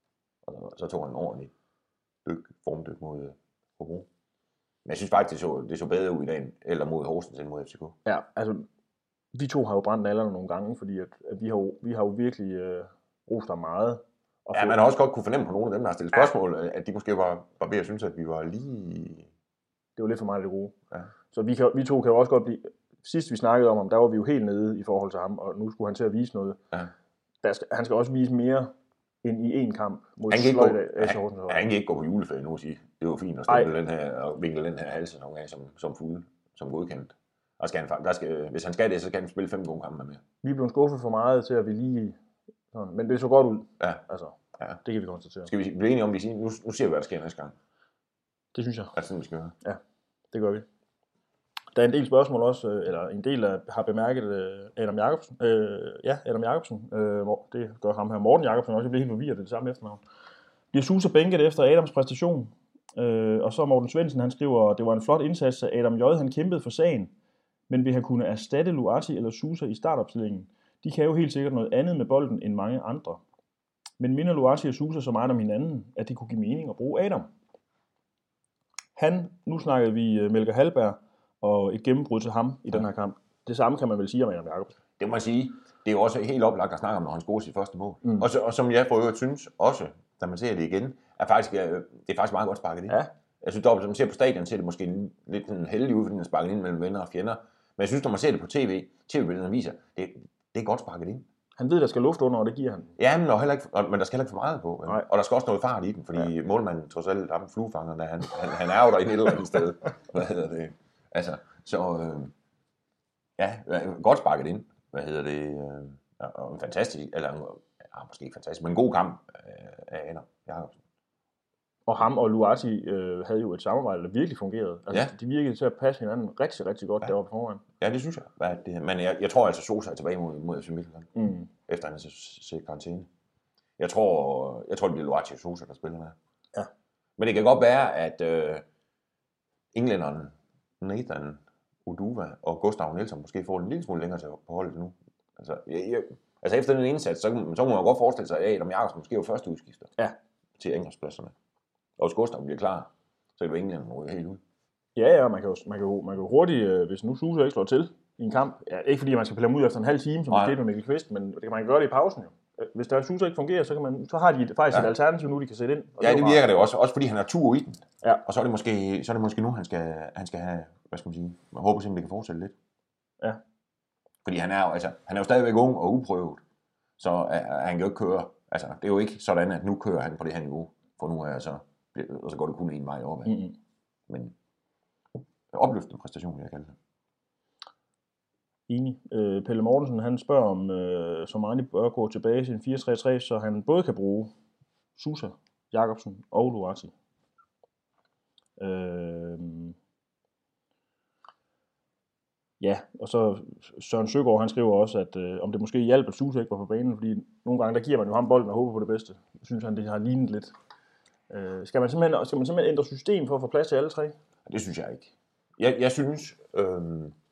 [SPEAKER 2] Og så tog han en ordentlig dyk, formdyk mod Hobro. Men jeg synes faktisk, det så, det så bedre ud i dag, eller mod Horsens, end mod F C K.
[SPEAKER 1] Ja, altså, vi to har jo brændt nallerne nogle gange, fordi at, at vi, har jo, vi har jo virkelig øh, rost ham meget.
[SPEAKER 2] Og ja, man har også godt kunne fornemme på nogle af dem, der har stillet spørgsmål, ja. At de måske var, var ved at synes, at vi var lige...
[SPEAKER 1] Det var lidt for meget det gode.
[SPEAKER 2] Ja.
[SPEAKER 1] Så vi, kan, vi to kan jo også godt blive... Sidst vi snakkede om ham, der var vi jo helt nede i forhold til ham, og nu skulle han til at vise noget.
[SPEAKER 2] Ja.
[SPEAKER 1] Der skal, han skal også vise mere end i én kamp mod
[SPEAKER 2] han
[SPEAKER 1] Sløjt
[SPEAKER 2] af Horsens. Han kan ikke gå på juleferie nu og sige, det var fint at stille den her, og vikle den her halssæson af som, som fuld, som godkendt. Og skal han, der skal, hvis han skal det, så skal han spille fem gode kampe med.
[SPEAKER 1] Vi er blevet skuffet for meget til, at vi lige... Sådan, men det så godt ud.
[SPEAKER 2] Ja.
[SPEAKER 1] Altså,
[SPEAKER 2] ja.
[SPEAKER 1] Det kan vi konstatere.
[SPEAKER 2] Skal vi blive enige om, at vi nu, nu ser vi, hvad der sker næste gang?
[SPEAKER 1] Det synes jeg.
[SPEAKER 2] Er det sådan, vi skal gøre?
[SPEAKER 1] Ja, det gør vi. Der er en del spørgsmål også, eller en del, der har bemærket Adam Jacobsen. Øh, ja, Adam Jacobsen. Øh, det gør ham her Morten Jacobsen også. Jeg bliver helt forvirret, det er det samme efternavn. Bliver Sousa bænket efter Adams præstation. Øh, og så Morten Svendsen, han skriver, det var en flot indsats, at Adam J. han kæmpede for sagen, men vil han kunne erstatte Luati eller Sousa i startopstillingen? De kan jo helt sikkert noget andet med bolden end mange andre. Men minder Luati og Sousa så meget om hinanden, at det kunne give mening at bruge Adam. Han, nu snakkede vi Melker Hallberg, og et gennembrud til ham i den her kamp. Det samme kan man vel sige om Adam Jacobsen.
[SPEAKER 2] Det må jeg sige. Det er jo også helt oplagt at snakke om, når han scorer sit første mål. Mm. Og, så, og som jeg for øvrigt synes også, da man ser det igen, er faktisk, det er faktisk meget godt sparket ind.
[SPEAKER 1] Ja.
[SPEAKER 2] Jeg synes, når man ser på stadion, ser det måske lidt en heldig ud, fordi den er sparket ind mellem venner og fjender. Men jeg synes, når man ser det på tv, tv-billederne viser, det, det er godt sparket ind.
[SPEAKER 1] Han ved, der skal luft under, og det giver han.
[SPEAKER 2] Ja, men der, heller ikke, men der skal heller ikke for meget på.
[SPEAKER 1] Nej.
[SPEAKER 2] Og der skal også noget fart i den, fordi ja. Målmanden trods alt ham fluefanger, han, han, han er jo der et eller andet sted. Hvad hedder det? Altså, så øh, ja, godt sparket ind. Hvad hedder det? Øh, og en fantastisk, eller ja, måske ikke fantastisk, men en god kamp øh, af Adam Jacobsen.
[SPEAKER 1] Og ham og Luati øh, havde jo et samarbejde, der virkelig fungerede. Altså,
[SPEAKER 2] Ja.
[SPEAKER 1] de virkede til at passe hinanden rigtig, rigtig godt ja. deroppe foran.
[SPEAKER 2] Ja, det synes jeg. Hvad er det? Men jeg, jeg tror altså, Sosa er tilbage mod, mod F C Midtjylland,
[SPEAKER 1] Mm.
[SPEAKER 2] efter han har set karantæne. Jeg tror, jeg tror, det bliver Luati og Sosa, der spiller med.
[SPEAKER 1] Ja.
[SPEAKER 2] Men det kan godt være, at øh, englænderen Nathan Uduva og Gustav Nielsen måske får en lille smule længere til på holdet nu. Altså, jeg, jeg, altså efter den indsats, så, så må man godt forestille sig, at Adam Jacobsen måske er jo første udskifter
[SPEAKER 1] Ja.
[SPEAKER 2] til angrebspladserne. Og hvis Gustav bliver klar, så er det jo englænderen ryger helt ud.
[SPEAKER 1] Ja, ja, man kan jo, man kan jo, man kan jo hurtigt, øh, hvis nu Sousa ikke slår til i en kamp, ja, ikke fordi man skal pille ham ud efter en halv time, som det skete med Mikkel Kvist, men det kan man gøre det i pausen jo. Hvis der Sousa ikke fungerer, så, kan man, så har de faktisk ja. et alternativ nu, de kan sætte ind.
[SPEAKER 2] Ja, det, det virker det også, også fordi han har tur i den.
[SPEAKER 1] Ja.
[SPEAKER 2] Og så er det måske, så er det måske nu, han skal, han skal have, hvad skal man sige, man håber simpelthen, det kan fortsætte lidt.
[SPEAKER 1] Ja.
[SPEAKER 2] Fordi han er jo, altså, han er jo stadigvæk ung og uprøvet, så uh, han kan jo ikke køre. Altså, det er jo ikke sådan, at nu kører han på det her niveau, for nu er så, og så går det kun en vej opad.
[SPEAKER 1] Mm-hmm.
[SPEAKER 2] Men opløftende præstation, vil jeg kalde det.
[SPEAKER 1] Enig. Øh, Pelle Mortensen, han spørger om, øh, som Arne bør gå tilbage til en fire tre tre, så han både kan bruge Sousa, Jacobsen og Luati. Øh, ja, og så Søren Søgaard, han skriver også, at øh, om det måske hjalp, at Sousa ikke var på banen, fordi nogle gange, der giver man jo ham bolden og håber på det bedste. Synes han, det har lignet lidt. Øh, skal, man simpelthen, skal man simpelthen ændre system for at få plads til alle tre?
[SPEAKER 2] Det synes jeg ikke. Jeg, jeg synes, øh,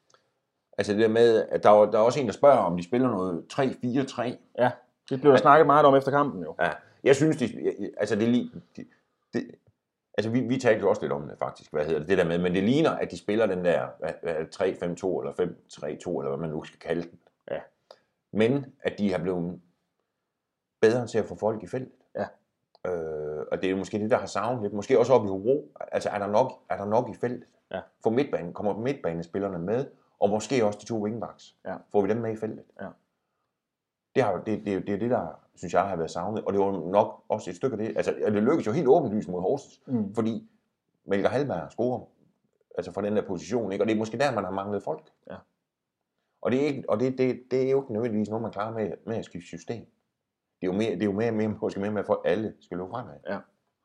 [SPEAKER 2] altså det der med, at der, der er også en, der spørger, om de spiller noget tre fire tre.
[SPEAKER 1] Ja, det blev der snakket meget om efter kampen jo.
[SPEAKER 2] Ja, jeg synes, de, altså det, det, det altså vi, vi talte jo også lidt om det faktisk, hvad hedder det, det der med, men det ligner, at de spiller den der tre fem to eller fem tre to, eller hvad man nu skal kalde den.
[SPEAKER 1] Ja.
[SPEAKER 2] Men at de har blevet bedre til at få folk i feltet.
[SPEAKER 1] Ja.
[SPEAKER 2] Øh, og det er jo måske det, der har savnet lidt. Måske også op i Hobro. Altså er der nok, er der nok i feltet?
[SPEAKER 1] Ja.
[SPEAKER 2] For midtbanen, kommer midtbanespillerne med, og måske også de to wingbacks.
[SPEAKER 1] Ja.
[SPEAKER 2] Får vi dem med i feltet?
[SPEAKER 1] Ja.
[SPEAKER 2] Det, har, det, det, det er det, der, synes jeg, har været savnet. Og det var nok også et stykke af det. Altså, det lykkedes jo helt åbenlyst mod Horsens. Mm. Fordi Melker Hallberg scorer altså fra den der position. Ikke? Og det er måske der, man har manglet folk.
[SPEAKER 1] Ja.
[SPEAKER 2] Og, det er, ikke, og det, det, det er jo ikke nødvendigvis noget, man klarer med, med at skifte system. Det er jo mere, det er jo mere, mere, måske mere med, at alle skal løbe fremad.
[SPEAKER 1] Ja.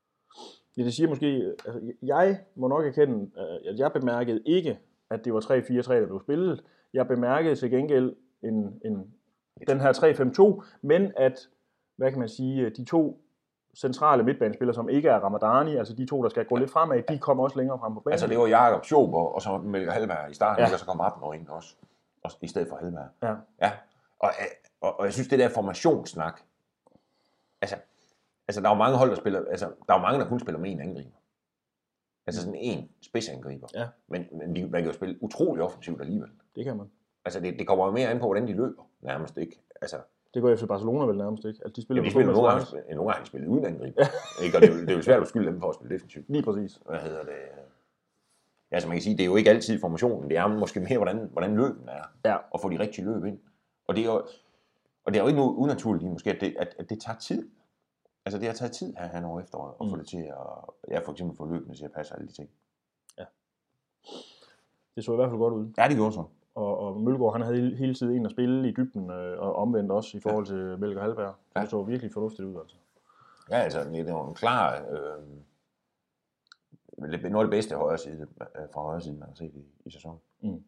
[SPEAKER 1] Ja, det siger måske, altså, jeg må nok erkende, at jeg bemærkede ikke, at det var tre fire tre, der blev spillet. Jeg bemærkede til gengæld en, en, den her tre fem to, men at, hvad kan man sige, de to centrale midtbanespillere, som ikke er Ramadani, altså de to, der skal gå lidt fremad, de kommer også længere frem på banen.
[SPEAKER 2] Altså det var Jakob Schober, og så Melker Hallberg i starten,
[SPEAKER 1] ja.
[SPEAKER 2] og så kom Abner ind også, også, i stedet for Hallberg.
[SPEAKER 1] Ja.
[SPEAKER 2] Ja. Og, og, og jeg synes, det der formationssnak, altså, altså der er jo mange hold, der spiller, altså der er jo mange, der kun spiller med en angriber. Altså sådan en spidsangriber.
[SPEAKER 1] Ja.
[SPEAKER 2] Men, men de, man kan jo spille utrolig offensivt alligevel.
[SPEAKER 1] Det kan man.
[SPEAKER 2] Altså det, det kommer jo mere an på, hvordan de løber, nærmest ikke. Altså,
[SPEAKER 1] det går efter Barcelona vel nærmest ikke. Altså, de spiller,
[SPEAKER 2] ja, de spiller nogle gange, nogle gange de spiller uden angriber. Ja. Ikke? Og det er, jo, det er jo svært at skylde dem for at spille defensivt.
[SPEAKER 1] Lige præcis.
[SPEAKER 2] Hvad hedder det? Ja, altså man kan sige, det er jo ikke altid formationen. Det er måske mere, hvordan, hvordan løben er.
[SPEAKER 1] Ja.
[SPEAKER 2] Og få de rigtige løb ind. Og det er jo, og det er jo ikke noget unaturligt måske, at det, at, at det tager tid. Altså det har taget tid her, her over efteråret, at mm. få det til at, ja, for eksempel få løbende til at passe alle de ting.
[SPEAKER 1] Ja. Det så i hvert fald godt ud.
[SPEAKER 2] Ja, det gjorde så.
[SPEAKER 1] Og, og Mølgaard, han havde hele tiden en at spille i dybden, øh, og omvendt også i forhold til ja. Melker Hallberg. Ja. Det så virkelig fornuftigt ud, altså.
[SPEAKER 2] Ja, altså, det var en klar, øh, noget af det bedste højre side, fra højre side, man har set i, i sæsonen. Mm.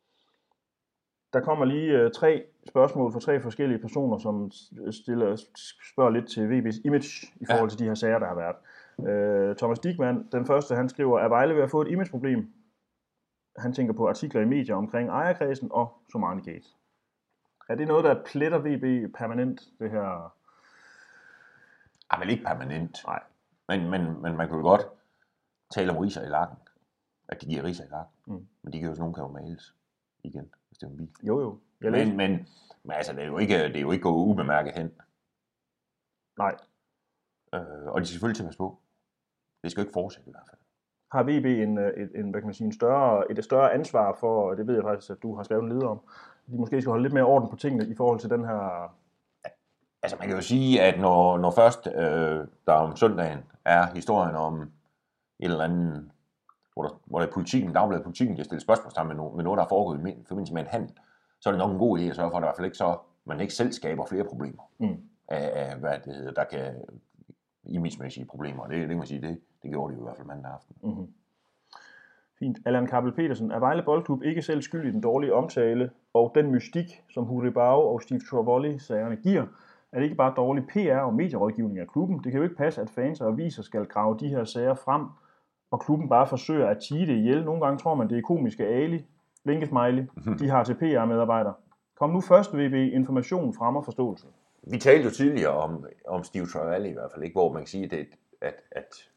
[SPEAKER 1] Der kommer lige øh, tre spørgsmål fra tre forskellige personer, som stiller, spørger lidt til V B's image i forhold ja. til de her sager, der har været. Øh, Thomas Diekmann, den første, han skriver, er Vejle ved at få et imageproblem? Han tænker på artikler i medier omkring ejerkredsen og Somanigate. Er det noget, der pletter V B permanent, det her
[SPEAKER 2] er vel ikke permanent.
[SPEAKER 1] Nej.
[SPEAKER 2] Men, men, men man kan jo godt tale om riser i lakken. At de giver riser i lakken. Mm. Men de kan jo sådan nogle kan jo males igen, hvis det er en bil.
[SPEAKER 1] Jo, jo.
[SPEAKER 2] Men, men, men altså, det er jo ikke, det er jo ikke gået ubemærket hen.
[SPEAKER 1] Nej.
[SPEAKER 2] Øh, og de skal selvfølgelig til at passe på. Det skal jo ikke fortsætte i hvert fald.
[SPEAKER 1] Har V B en, en, en, hvad kan man sige, en større, et større ansvar for, det ved jeg faktisk, at du har skrevet en leder om, de måske skal holde lidt mere orden på tingene i forhold til den her...
[SPEAKER 2] Altså man kan jo sige, at når, når først øh, der om søndagen er historien om et eller andet, hvor der, hvor der er politikken, dagbladet politikken, der stiller spørgsmålstegn med, no, med noget, der er foregået i forbindelse med en handel, så er det nok en god idé at sørge for, at der i hvert fald ikke så, man ikke selv skaber flere problemer mm. af, af, hvad det hedder, der kan image-mæssige problemer. Det, det kan man sige, det, det gjorde de jo i hvert fald mandag aften.
[SPEAKER 1] Mm-hmm. Fint. Allan Kappel Petersen, er Vejle Boldklub ikke selv skyld i den dårlige omtale og den mystik, som Huri Bau og Steve Trovolli-sagerne giver? Er det ikke bare dårlig P R og medierådgivning af klubben? Det kan jo ikke passe, at fans og aviser skal grave de her sager frem, og klubben bare forsøger at tige det ihjel. Nogle gange tror man, det er komiske Ali, Linkesmiley, de har til P R-medarbejdere. Kom nu først, V B, information frem og forståelse.
[SPEAKER 2] Vi talte jo tidligere om, om Steve Trovolli i hvert fald, ikke? Hvor man kan sige, at, at, at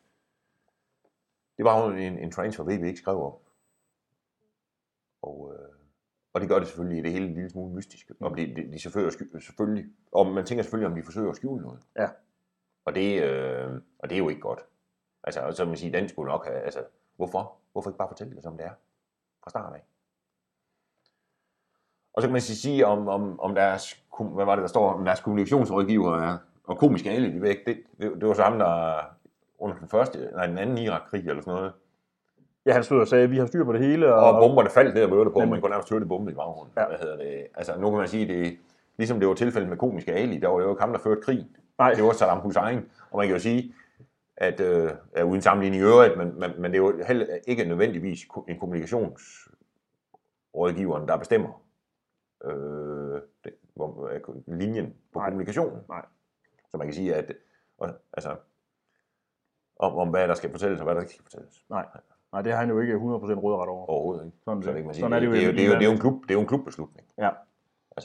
[SPEAKER 2] det var jo en, en transfer, V B ikke skrev om. Og, øh, og det gør det selvfølgelig i det hele en lille smule mystisk. Om de, de, de selvfølgelig, selvfølgelig, og man tænker selvfølgelig, om de forsøger at skjule noget.
[SPEAKER 1] Ja.
[SPEAKER 2] Og det, øh, og det er jo ikke godt. Altså, og så man sige, den skulle nok have, altså, hvorfor? Hvorfor ikke bare fortælle det, som det er? Fra starten af. Og så kan man sige, om, om, om deres, hvad var det, der står, om deres kommunikationsrådgiver er, og komisk alle, de væk, det, det, det var så ham, der under den første, nej, den anden Irak-krig eller sådan noget.
[SPEAKER 1] Ja, han stod og sagde, at vi har styr på det hele.
[SPEAKER 2] Og, og bomberne faldt ned og mødte på, men man kunne nærmest høre det bombe i baggrunden. Ja. Hvad hedder det? Altså, nu kan man sige, det ligesom det var tilfældet med komisk Ali, der var jo ikke ham, der førte krig. Nej. Det var Saddam Hussein, og man kan jo sige, at øh, uden sammenligning i øvrigt, men, men, men det er jo heller ikke nødvendigvis en kommunikationsrådgiveren, der bestemmer øh, det, hvor, linjen på Nej. kommunikationen.
[SPEAKER 1] Nej.
[SPEAKER 2] Så man kan sige, at og, altså, om, om hvad der skal fortælles, og hvad der ikke skal fortælles.
[SPEAKER 1] Nej. Nej, det har han jo ikke hundrede procent råderet over.
[SPEAKER 2] Overhovedet ikke.
[SPEAKER 1] Sådan,
[SPEAKER 2] så det, kan man sige.
[SPEAKER 1] Sådan er det jo.
[SPEAKER 2] Det er jo, det er jo, det er jo en klub, det er jo en klubbeslutning.
[SPEAKER 1] Ja.
[SPEAKER 2] Altså.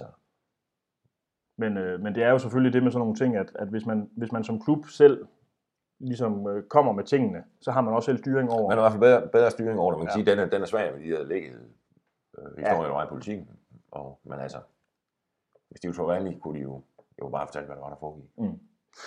[SPEAKER 1] Men, øh, men det er jo selvfølgelig det med sådan nogle ting, at, at hvis, man, hvis man som klub selv ligesom øh, kommer med tingene, så har man også selv styring over.
[SPEAKER 2] Man har i hvert fald bedre, bedre styring over det. Man kan ja. sige, at den er, den er svag med de der lægget øh, historier, der var i politikken. Og, men altså, hvis de jo tror vanligt, kunne de jo, jo bare fortælle, hvad der var, der foregik. Mm.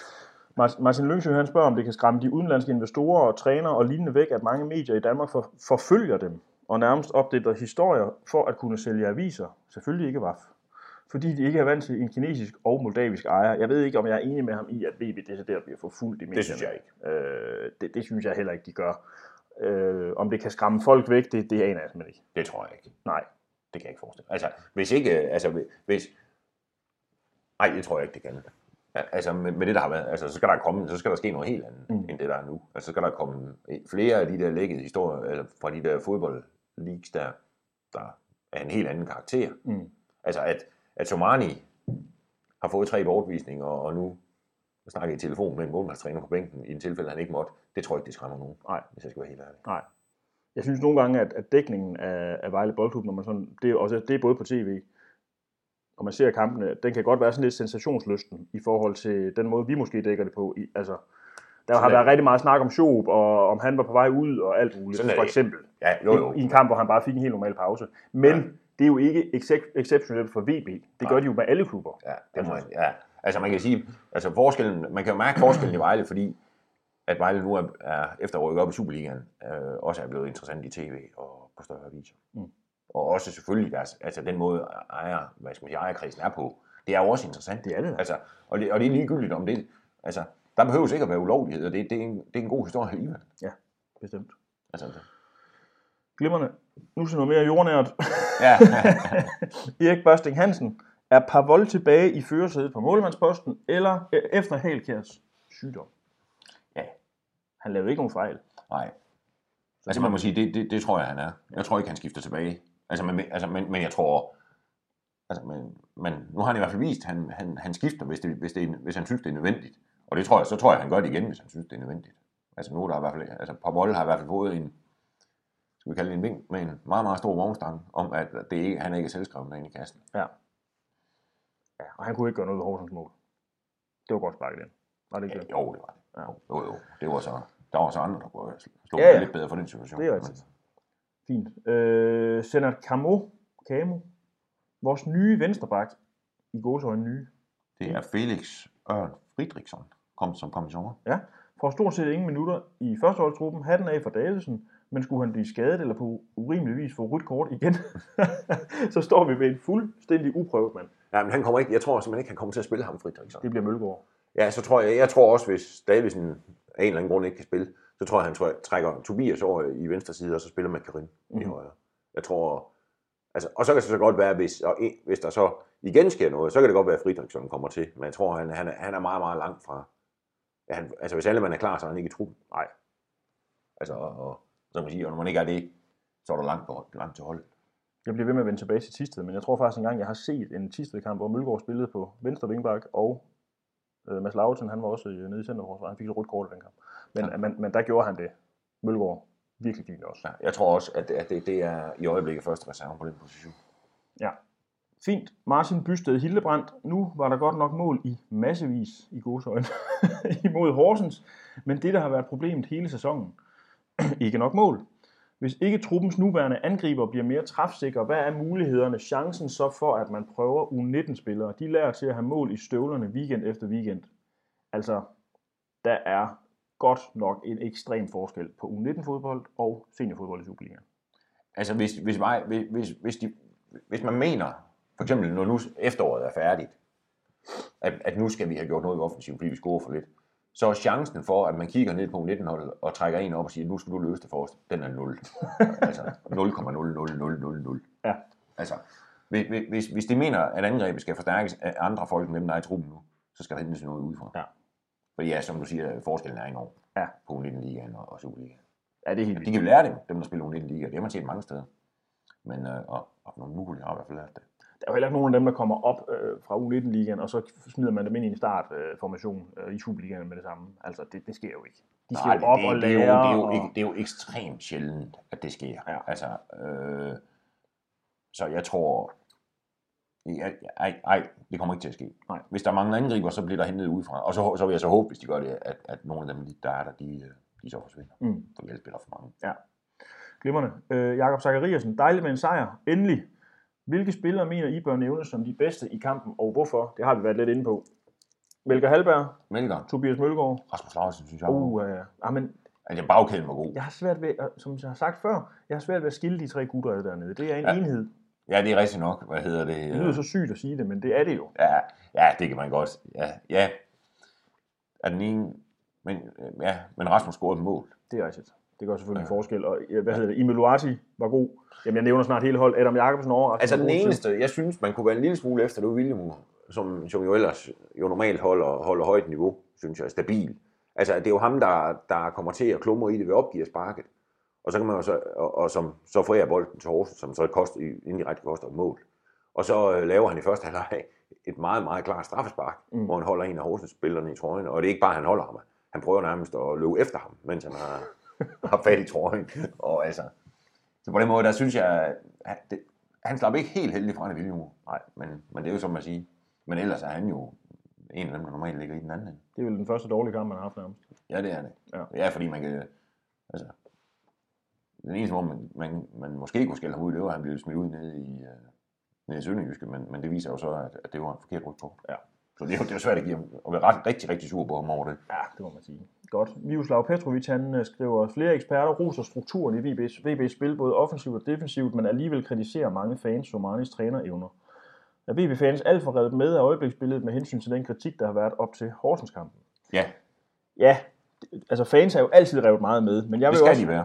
[SPEAKER 1] Martin Lyngsø, han spørger, om det kan skræmme de udenlandske investorer og trænere og lignende væk, at mange medier i Danmark for, forfølger dem og nærmest opdater historier for at kunne sælge aviser. Selvfølgelig ikke V A F. Fordi de ikke er vant til en kinesisk og moldavisk ejer. Jeg ved ikke, om jeg er enig med ham i, at V B decideret bliver forfulgt i medierne.
[SPEAKER 2] Det synes jeg ikke.
[SPEAKER 1] Øh, det, det synes jeg heller ikke, de gør. Øh, om det kan skræmme folk væk, det, det aner jeg simpelthen ikke.
[SPEAKER 2] Det tror jeg ikke.
[SPEAKER 1] Nej.
[SPEAKER 2] Det kan jeg ikke forestille. Altså, hvis ikke, altså, hvis... Nej, det tror jeg ikke, det kan. Altså, med, med det, der har været, altså, så skal der komme, så skal der ske noget helt andet, mm. end det, der er nu. Altså, så skal der komme flere af de der lækkede historier, eller fra de der fodboldleagues, der, der er en helt anden karakter. Mm. Altså, at, at Somani har fået tre bortvisninger, og, og nu snakker i telefon med en målmandstræner på bænken, i en tilfælde, han ikke måtte, det tror jeg ikke, det skræmmer nogen.
[SPEAKER 1] Nej.
[SPEAKER 2] Hvis jeg skal være helt ærlig.
[SPEAKER 1] Nej. Jeg synes nogle gange, at, at dækningen af, af Vejle Boldklub, når man sådan, det er, også, det er både på tv, og man ser kampene, den kan godt være sådan lidt sensationslysten i forhold til den måde, vi måske dækker det på. I, altså, der sådan har været rigtig meget snak om Schoop, og om han var på vej ud, og alt muligt, for eksempel.
[SPEAKER 2] Ja, jo, jo.
[SPEAKER 1] I, I en kamp, hvor han bare fik en helt normal pause. Men ja. Det er jo ikke exceptionelt for V B. Det gør ja. De jo med alle klubber.
[SPEAKER 2] Ja, det må, ja. Altså man kan sige, altså forskellen, man kan jo mærke forskellen i Vejle, fordi at Vejle nu er, er efter at rykke op i Superligaen, øh, også er blevet interessant i tv og på større aviser. Mm. Og også selvfølgelig deres, altså den måde ejer, hvad skal man sige, ejerkredsen er på, det er jo også interessant.
[SPEAKER 1] Det er det.
[SPEAKER 2] Altså, og, det og det er ligegyldigt om det, altså der behøver ikke at være ulovlighed, det, det, er en, det er en god historie alligevel.
[SPEAKER 1] Ja, bestemt.
[SPEAKER 2] Altså, altså.
[SPEAKER 1] Glimmerne. Nu til noget mere jordnært.
[SPEAKER 2] Ja.
[SPEAKER 1] Erik Børsting Hansen. Er Pavol tilbage i førersædet på målmandsposten, eller efter Halkjærs sygdom?
[SPEAKER 2] Ja.
[SPEAKER 1] Han lavede ikke nogen fejl.
[SPEAKER 2] Nej. Altså man må sige, det, det, det tror jeg, han er. Jeg tror ikke, han skifter tilbage. Altså, men, altså, men, men jeg tror... Altså, men, men nu har han i hvert fald vist, at han, han, han skifter, hvis, det, hvis, det, hvis han synes, det er nødvendigt. Og det tror jeg, så tror jeg, han gør det igen, hvis han synes, det er nødvendigt. Altså nu er der i hvert fald... Altså Pavol har i hvert fald fået en... Skal vi kalde det en vink med en meget, meget stor vognstang, om at det ikke, han ikke er selvskrevet inde i kassen.
[SPEAKER 1] Ja. Ja, og han kunne ikke gøre noget ved Horsens mål. Det var godt sparket ind. Var det ikke
[SPEAKER 2] ja, jo, det var det.
[SPEAKER 1] Ja.
[SPEAKER 2] Jo, jo. Det var så, der var så andre, der kunne slå
[SPEAKER 1] ja, ja.
[SPEAKER 2] lidt bedre for den situation.
[SPEAKER 1] Det er rigtigt. Fint. Øh, Senat Camo, Camo, vores nye venstreback, i gåseøjne nye.
[SPEAKER 2] Det er Felix Ørn Friedrichsson, kom, som kom i sommer.
[SPEAKER 1] Ja, får stort set ingen minutter i førsteholdstruppen. Hatten af for Davidsen, men skulle han blive skadet eller på urimelig vis få rødt kort igen, så står vi med en fuldstændig uprøvet mand.
[SPEAKER 2] Ja, men han kommer ikke, jeg tror simpelthen ikke, han kommer til at spille ham, Friedrichsson.
[SPEAKER 1] Det bliver Mølgaard.
[SPEAKER 2] Ja, så tror jeg, jeg tror også, hvis Davidsen af en eller anden grund ikke kan spille, så tror jeg, han tror, trækker Tobias over i venstre side, og så spiller med Karim mm-hmm. i højre. Jeg tror, altså, og så kan det så godt være, hvis, og hvis der så igen sker noget, så kan det godt være, at Friedrichsson kommer til. Men jeg tror, han, han, er, han er meget, meget langt fra. Ja, han, altså, hvis alle man er klar, så er han ikke i truppen. Nej. Altså, og, og så kan man sige, og når man ikke er det, så er der langt, langt til hold.
[SPEAKER 1] Jeg bliver ved med at vende tilbage til Thisted, men jeg tror faktisk engang, jeg har set en Thisted-kamp, hvor Mølgaard spillede på venstre vingbak, og øh, Mads Lauritsen, han var også nede i centerforsvaret. Han fik et rødt kort i den kamp. Men, ja. men, men der gjorde han det. Mølgaard virkelig fint også.
[SPEAKER 2] Ja, jeg tror også, at, at det, det er i øjeblikket første reserve på den position.
[SPEAKER 1] Ja. Fint. Martin Bysted Hildebrandt. Nu var der godt nok mål i massevis i gåseøjne imod Horsens, men det, der har været problemet hele sæsonen, ikke nok mål. Hvis ikke truppens nuværende angriber bliver mere træfsikre, hvad er mulighederne, chancen så for, at man prøver U nitten-spillere? De lærer til at have mål i støvlerne weekend efter weekend. Altså, der er godt nok en ekstrem forskel på U nitten-fodbold og seniorfodbold i Superligaen.
[SPEAKER 2] Altså, hvis, hvis, mig, hvis, hvis, de, hvis man mener, for eksempel når nu efteråret er færdigt, at, at nu skal vi have gjort noget i offensiv, fordi vi scorer for lidt, så er chancen for, at man kigger ned på U nitten-holdet og trækker en op og siger, nu skal du løse det for os, den er nul. Altså nul komma nul nul nul nul nul.
[SPEAKER 1] Ja.
[SPEAKER 2] Altså, hvis, hvis, hvis de mener, at angrebet skal forstærkes af andre folk, end dem, der er i truppen nu, så skal der hentes noget udefra.
[SPEAKER 1] Ja.
[SPEAKER 2] Fordi ja, som du siger, forskellen er enorm
[SPEAKER 1] ja.
[SPEAKER 2] på U nitten-ligaen og, og Superligaen.
[SPEAKER 1] Ja, det er helt
[SPEAKER 2] de kan jo lære det, dem der spiller U nitten-liga. Det har man set mange steder. Men øh, og, og nogle mulige har i hvert fald lært det.
[SPEAKER 1] Der er jo heller ikke nogen af dem, der kommer op øh, fra U nitten-ligaen, og så smider man dem ind i en startformation øh, i Superligaen med det samme. Altså, det, det sker jo ikke. De skal
[SPEAKER 2] Nej,
[SPEAKER 1] jo op
[SPEAKER 2] det,
[SPEAKER 1] og
[SPEAKER 2] det,
[SPEAKER 1] lære.
[SPEAKER 2] Det er jo, det er jo,
[SPEAKER 1] og...
[SPEAKER 2] ikke, det er jo ekstremt sjældent, at det sker.
[SPEAKER 1] Ja.
[SPEAKER 2] Altså, øh, så jeg tror... Ej, ej, det kommer ikke til at ske.
[SPEAKER 1] Nej.
[SPEAKER 2] Hvis der mangler angriber, så bliver der hentet udefra. Og så, så vil jeg så håbe, hvis de gør det, at, at nogle af dem, der er der, de, de så forsvinder.
[SPEAKER 1] Mm.
[SPEAKER 2] For vi spiller for mange.
[SPEAKER 1] Ja. Glimrende. Øh, Jakob Zachariasen, dejligt med en sejr. Endelig. Hvilke spillere mener I bør nævnes som de bedste i kampen, og hvorfor? Det har vi været lidt inde på. Melker Halberg.
[SPEAKER 2] Melker.
[SPEAKER 1] Tobias Mølgaard.
[SPEAKER 2] Rasmus Lauritsen, synes jeg.
[SPEAKER 1] Uh, uh, uh, men,
[SPEAKER 2] altså, bagkæden var god.
[SPEAKER 1] Jeg har svært ved, som jeg har sagt før, jeg har svært ved at skille de tre gutter ad dernede. Det er en
[SPEAKER 2] ja.
[SPEAKER 1] enhed.
[SPEAKER 2] Ja, det er rigtigt nok. Hvad hedder det?
[SPEAKER 1] Det lyder så sygt at sige det, men det er det jo.
[SPEAKER 2] Ja, ja det kan man godt. Ja, ja. Er den ene... Men, ja, men Rasmus scorede et mål.
[SPEAKER 1] Det er rigtigt. Det gør selvfølgelig ja. en forskel. Og hvad hedder det? Emil Luati var god. Jamen, jeg nævner snart hele hold. Adam Jacobsen overraskende.
[SPEAKER 2] Altså den eneste, jeg synes, man kunne være en lille smule efter, det var William, som, som jo ellers jo normalt holder, holder højt niveau, synes jeg, er stabil. Altså, det er jo ham, der, der kommer til at klumre i det ved opgiversparket. Og så kan man jo så, og, og som så forærer bolden til Horsens, som så koster, indirekte koster et mål. Og så øh, laver han i første halvleg et meget, meget klart straffespark, mm. hvor han holder en af Horsens-spillerne i trøjen. Og det er ikke bare, at han holder ham. Han prøver nærmest at løbe efter ham, mens han har, har fat i trøjen. Og altså, så på den måde, der synes jeg, at det, han slap ikke helt heldig fra det William. Nej, men, men det er jo som man siger. Men ellers er han jo en af dem, der normalt ligger i den anden.
[SPEAKER 1] Det er vel den første dårlige kamp, man har haft nærmest.
[SPEAKER 2] Ja, det er det. Ja, ja fordi man kan... Altså, den eneste, hvor man, man, man måske kunne skælde ham ud, det var, at han blev smidt ud nede i, uh, nede i Sønderjyske, men, men det viser jo så, at, at det var en forkert rødt kort. Ja. Så det er jo det er svært at give ham, og være ret, rigtig, rigtig sur på ham over det.
[SPEAKER 1] Ja, det må man sige. Godt. Miroslav Petrovic, han skriver, flere eksperter roser strukturen i V B's, V B's spil, både offensivt og defensivt, men alligevel kritiserer mange fans Somanis trænerevner. Er V B-fans alt for revet med af øjebliksbilledet med hensyn til den kritik, der har været op til Horsens-kampen?
[SPEAKER 2] Ja.
[SPEAKER 1] Ja, altså fans er jo altid revet meget med, men jeg vil
[SPEAKER 2] det skal
[SPEAKER 1] også...
[SPEAKER 2] de være.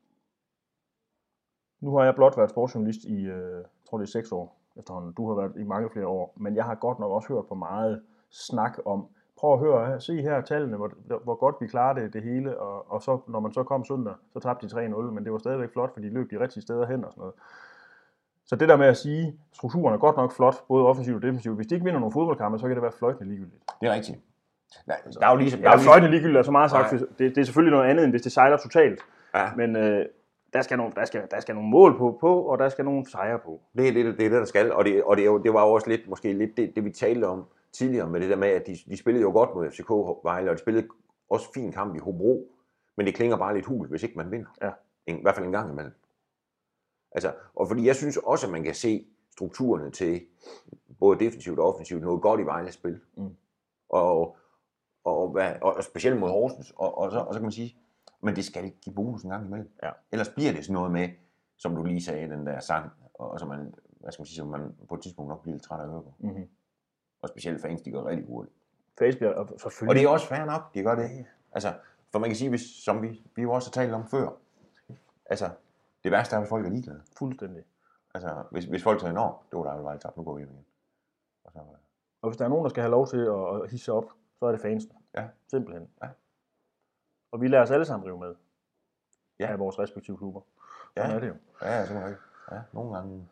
[SPEAKER 1] Nu har jeg blot været sportsjournalist i, øh, jeg tror det er seks år efterhånden. Du har været i mange flere år, men jeg har godt nok også hørt på meget snak om, prøv at høre, se her tallene, hvor, hvor godt vi klarer det, det hele, og, og så, når man så kom søndag, så tabte de tre nul, men det var stadigvæk flot, fordi de løb de rigtige steder hen og sådan noget. Så det der med at sige, strukturen er godt nok flot, både offensivt og defensivt. Hvis de ikke vinder nogle fodboldkampe, så kan det være fløjtende ligegyldigt.
[SPEAKER 2] Det er rigtigt. Der, der er jo ligesom...
[SPEAKER 1] Der er jo fløjtende ligegyldigt, er så meget sagt. Det, det er selvfølgelig noget andet, end hvis det sejler totalt. Ja. Men øh, der, skal nogle, der, skal, der skal nogle mål på, på, og der skal nogle sejre på.
[SPEAKER 2] Det er det, det, er det der skal, og, det, og det, det var jo også lidt, måske lidt det, det, vi talte om tidligere med det der med, at de, de spillede jo godt mod F C K Vejle, og de spillede også fin kamp i Hobro, men det klinger bare lidt hul, hvis ikke man vinder.
[SPEAKER 1] Ja.
[SPEAKER 2] En, I hvert fald en gang imellem. Altså, og fordi jeg synes også, at man kan se strukturerne til både defensivt og offensivt noget godt i Vejles spil. Mm. Og, og, og, og specielt mod Horsens. Og, og, så, og så kan man sige, men det skal ikke give bonus en gang imellem. Ja. Ellers bliver det sådan noget med, som du lige sagde, den der sang, og så man, hvad skal man sige, som man på et tidspunkt nok bliver lidt træt af at høre på. Mm-hmm. Og specielt fans, de går rigtig hurtigt.
[SPEAKER 1] Facebook, og, selvfølgelig.
[SPEAKER 2] Og det er også fair nok, de gør det. Altså, for man kan sige, hvis, som vi, vi jo også har talt om før, altså, det værste er, hvis folk er ligeglade.
[SPEAKER 1] Fuldstændig.
[SPEAKER 2] Altså, hvis, hvis folk siger, nå, det var der jo Vejle tabt, nu går vi hjem igen. Og, så,
[SPEAKER 1] og hvis der er nogen, der skal have lov til at, at hisse op, så er det fansen.
[SPEAKER 2] Ja.
[SPEAKER 1] Simpelthen.
[SPEAKER 2] Ja.
[SPEAKER 1] Og vi lader os alle sammen rive med.
[SPEAKER 2] Ja.
[SPEAKER 1] Af vores respektive klubber.
[SPEAKER 2] Ja.
[SPEAKER 1] Sådan er det jo.
[SPEAKER 2] Ja, sådan er det. Ja, nogle gange.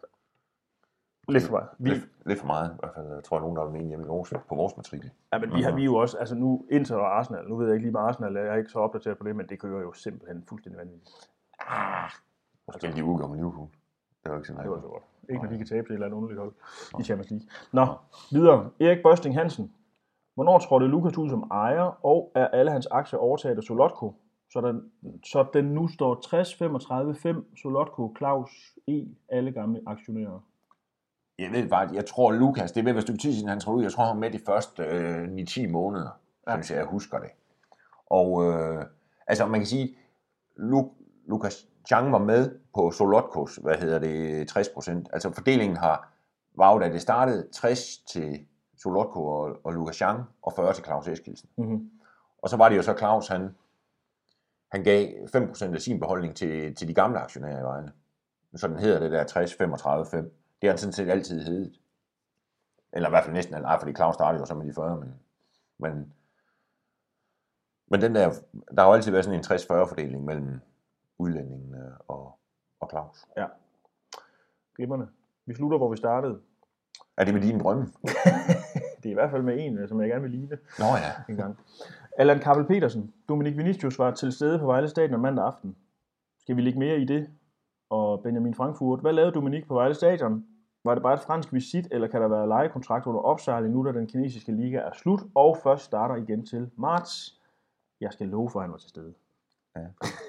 [SPEAKER 1] Lidt for meget. Vi...
[SPEAKER 2] Lidt, lidt for meget. I hvert fald, jeg tror, nogen, der er med hjemme i vores, på vores matrikel.
[SPEAKER 1] Ja, men vi har vi jo også, altså nu Inter og Arsenal, nu ved jeg ikke lige med Arsenal, jeg er ikke så opdateret på det, men det kører jo simpelthen fuldstændig vanvittigt.
[SPEAKER 2] Ah, måske de udgår med Liverpool. Det var ikke sådan
[SPEAKER 1] det var så godt. Ikke når de kan tabe til et eller andet underligt hold i Champions League. Nå, videre. Erik Bøsting Hansen. Hvornår trådte Lukas ud som ejer, og er alle hans aktier overtaget af Solotko? Så den, så den nu står tres femogtredive fem Solotko, Claus E, alle gamle aktionærer.
[SPEAKER 2] Jeg ved bare, jeg tror Lukas, det er ved et stykke tid siden han trådte ud, jeg tror han var med de første øh, ni til ti måneder, ja. Synes jeg, jeg husker det. Og øh, altså man kan sige, Lu, Lukas Chang var med på Solotkos, hvad hedder det, tres procent. Altså fordelingen har var da det startede tres til Solotko og, og Lukas Chang, og fyrre til Claus Eskildsen. Mm-hmm. Og så var det jo så Claus, han, han gav fem procent af sin beholdning til, til de gamle aktionærer i Vejle. Sådan hedder det der tres femogtredive fem. Det har han sådan set altid heddet. Eller i hvert fald næsten, nej, fordi Claus startede jo så med de fyrre, men, men, men den der, der har jo altid været sådan en tres fyrre fordeling mellem udlændingen og, og Claus.
[SPEAKER 1] Ja. Glimmerne. Vi slutter, hvor vi startede.
[SPEAKER 2] Er det med dine drømme?
[SPEAKER 1] Det er i hvert fald med en, som jeg gerne vil ligne.
[SPEAKER 2] Nå ja.
[SPEAKER 1] En gang. Allan Kappel Petersen. Dominik Vinicius var til stede på Vejle Stadion mandag aften. Skal vi lægge mere i det? Og Benjamin Frankfurt. Hvad lavede Dominik på Vejle Stadion? Var det bare et fransk visit, eller kan der være lejekontrakt under opsejling nu, da den kinesiske liga er slut, og først starter igen til marts? Jeg skal love for, at han var til stede.
[SPEAKER 2] Ja.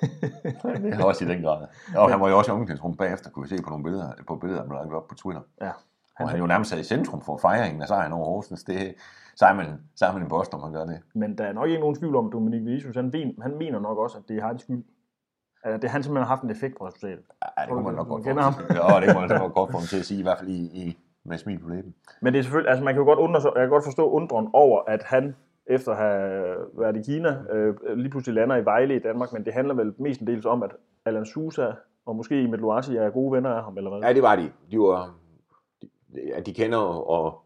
[SPEAKER 2] Det har også i den grad. Og han var jo også i omklædningsrum bagefter, kunne vi se på nogle billeder, på billeder, der blev lagt op på Twitter. Ja. Han og han jo nærmest sad i centrum for fejringen af sejren over Horsens. Det, så er man, så er man en boss, når man gør det.
[SPEAKER 1] Men der er nok ikke nogen tvivl om, at Dominik Vinicius, han, han mener nok også, at det er hans skyld. Altså, det er han simpelthen har haft en effekt på resultatet.
[SPEAKER 2] Ja, det kunne man nok godt få ham. Ja, det kunne man nok godt få ham til at sige, i hvert fald i, i med smil på læben.
[SPEAKER 1] Men det er selvfølgelig, altså man kan jo godt undre sig, jeg kan godt forstå undren over, at han efter at have været i Kina, øh, lige pludselig lander i Vejle i Danmark, men det handler vel mestendels om, at Alan Sousa og måske Emil Luati er gode venner af ham, eller hvad?
[SPEAKER 2] Ja, det var de. De var, de, ja, de kender, og,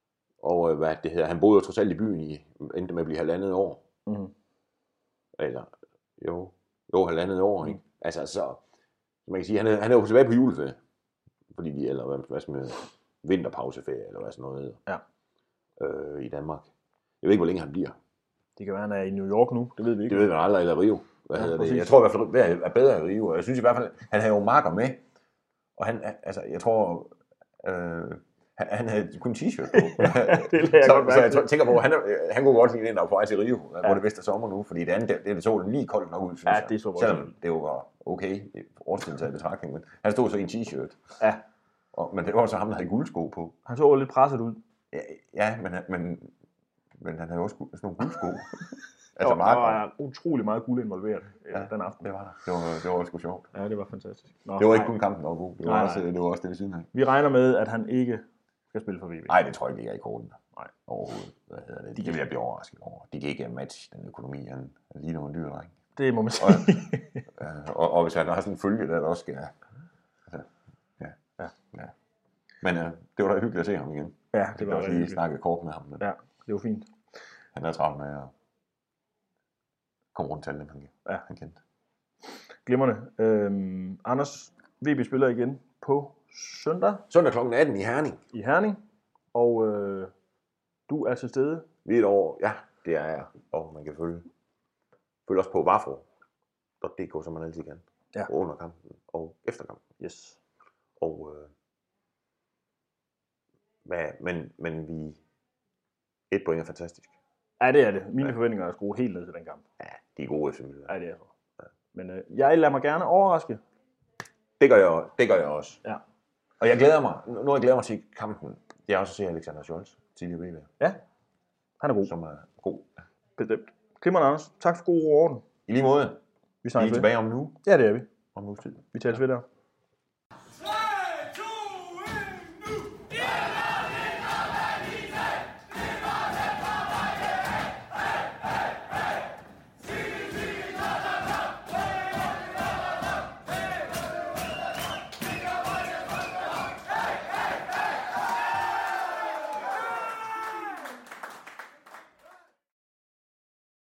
[SPEAKER 2] og hvad det hedder, han boede jo trods alt i byen i, endte med at blive halvandet år. Mm. Eller, jo, jo, halvandet år, ikke? Mm. Altså, så, man kan sige, han er, han er jo tilbage på juleferie, fordi de, eller hvad, hvad med vinterpauseferie, eller hvad sådan noget hedder, ja. øh, i Danmark. Jeg ved ikke, hvor længe han bliver.
[SPEAKER 1] Det kan være, han er i New York nu, det ved vi ikke.
[SPEAKER 2] Det ved man aldrig, eller Rio. Hvad ja, hedder det? Jeg tror i hvert fald, er bedre i Rio. Jeg synes i hvert fald, han havde jo marker med, og han, altså, jeg tror, øh, han, han havde kun t-shirt på.
[SPEAKER 1] det jeg
[SPEAKER 2] så, så jeg tror, tænker på, han, han kunne godt lide den, der var på vej til Rio, ja. Hvor det bedste sommer nu, fordi det andet, det, det så lige koldt nok ud, synes
[SPEAKER 1] ja,
[SPEAKER 2] jeg.
[SPEAKER 1] det er så godt.
[SPEAKER 2] Selvom det jo var okay, årstiden taget i betragtning, men han stod så i en t-shirt.
[SPEAKER 1] Ja.
[SPEAKER 2] Og, men det var så ham, der havde guldsko på.
[SPEAKER 1] Han så lidt presset ud.
[SPEAKER 2] Ja, ja men, men, men han havde også sådan nogle guldsko.
[SPEAKER 1] Altså, der var utrolig meget guld involveret
[SPEAKER 2] ja,
[SPEAKER 1] den aften.
[SPEAKER 2] Det var der. Det var, det var også sjovt.
[SPEAKER 1] Ja, det var fantastisk. Nå,
[SPEAKER 2] det var ikke
[SPEAKER 1] nej.
[SPEAKER 2] kun kampen, der var god. Det var, nej, også, det var også det ved siden af.
[SPEAKER 1] Vi regner med, at han ikke skal spille for V B.
[SPEAKER 2] Nej, det tror jeg ikke er i korten.
[SPEAKER 1] Nej.
[SPEAKER 2] Overhovedet. Hvad hedder det? De kan blive overrasket over. De kan ikke matche den økonomi, han lige nu en dyr dreng.
[SPEAKER 1] Det må man sige.
[SPEAKER 2] Og, og, og hvis han har sådan en følge, der, der også skal... Altså, ja. Ja. Ja. Men uh, det var da hyggeligt at se ham igen.
[SPEAKER 1] Ja, det var
[SPEAKER 2] også lige snakke kort med ham. Men
[SPEAKER 1] ja, det var fint.
[SPEAKER 2] Han er travlt med at komme rundt til alle dem, han,
[SPEAKER 1] ja.
[SPEAKER 2] han kendte.
[SPEAKER 1] Glimrende. Øhm, Anders, V B spiller igen på søndag.
[SPEAKER 2] Søndag klokken atten i Herning.
[SPEAKER 1] I Herning. Og øh, du er til stede.
[SPEAKER 2] Lige et år, ja, det er jeg. Og man kan følge, følge os på vafro punktum d k, som man altid kan. Ja. Under kampen og efter kampen.
[SPEAKER 1] Yes.
[SPEAKER 2] Og, øh, men, men vi, Et point er fantastisk.
[SPEAKER 1] Ja, det er det. Mine ja. forventninger er skruet helt ned til den kamp.
[SPEAKER 2] Ja, de er gode F C Midtjylland.
[SPEAKER 1] Ja, det er så. Ja. Men øh, jeg lader mig gerne overraske.
[SPEAKER 2] Det gør jeg, det gør jeg også.
[SPEAKER 1] Ja.
[SPEAKER 2] Og jeg glæder mig, nu jeg glæder mig til kampen, det er også at se Alexander Scholz, tidligere B V.
[SPEAKER 1] Ja, han er god.
[SPEAKER 2] Som er god.
[SPEAKER 1] Bestemt. Glimrende, Anders. Tak for god ro og orden.
[SPEAKER 2] I lige måde.
[SPEAKER 1] Vi snakkes
[SPEAKER 2] tilbage om nu.
[SPEAKER 1] Ja, det er vi.
[SPEAKER 2] Om nu tid.
[SPEAKER 1] Vi tales ved der.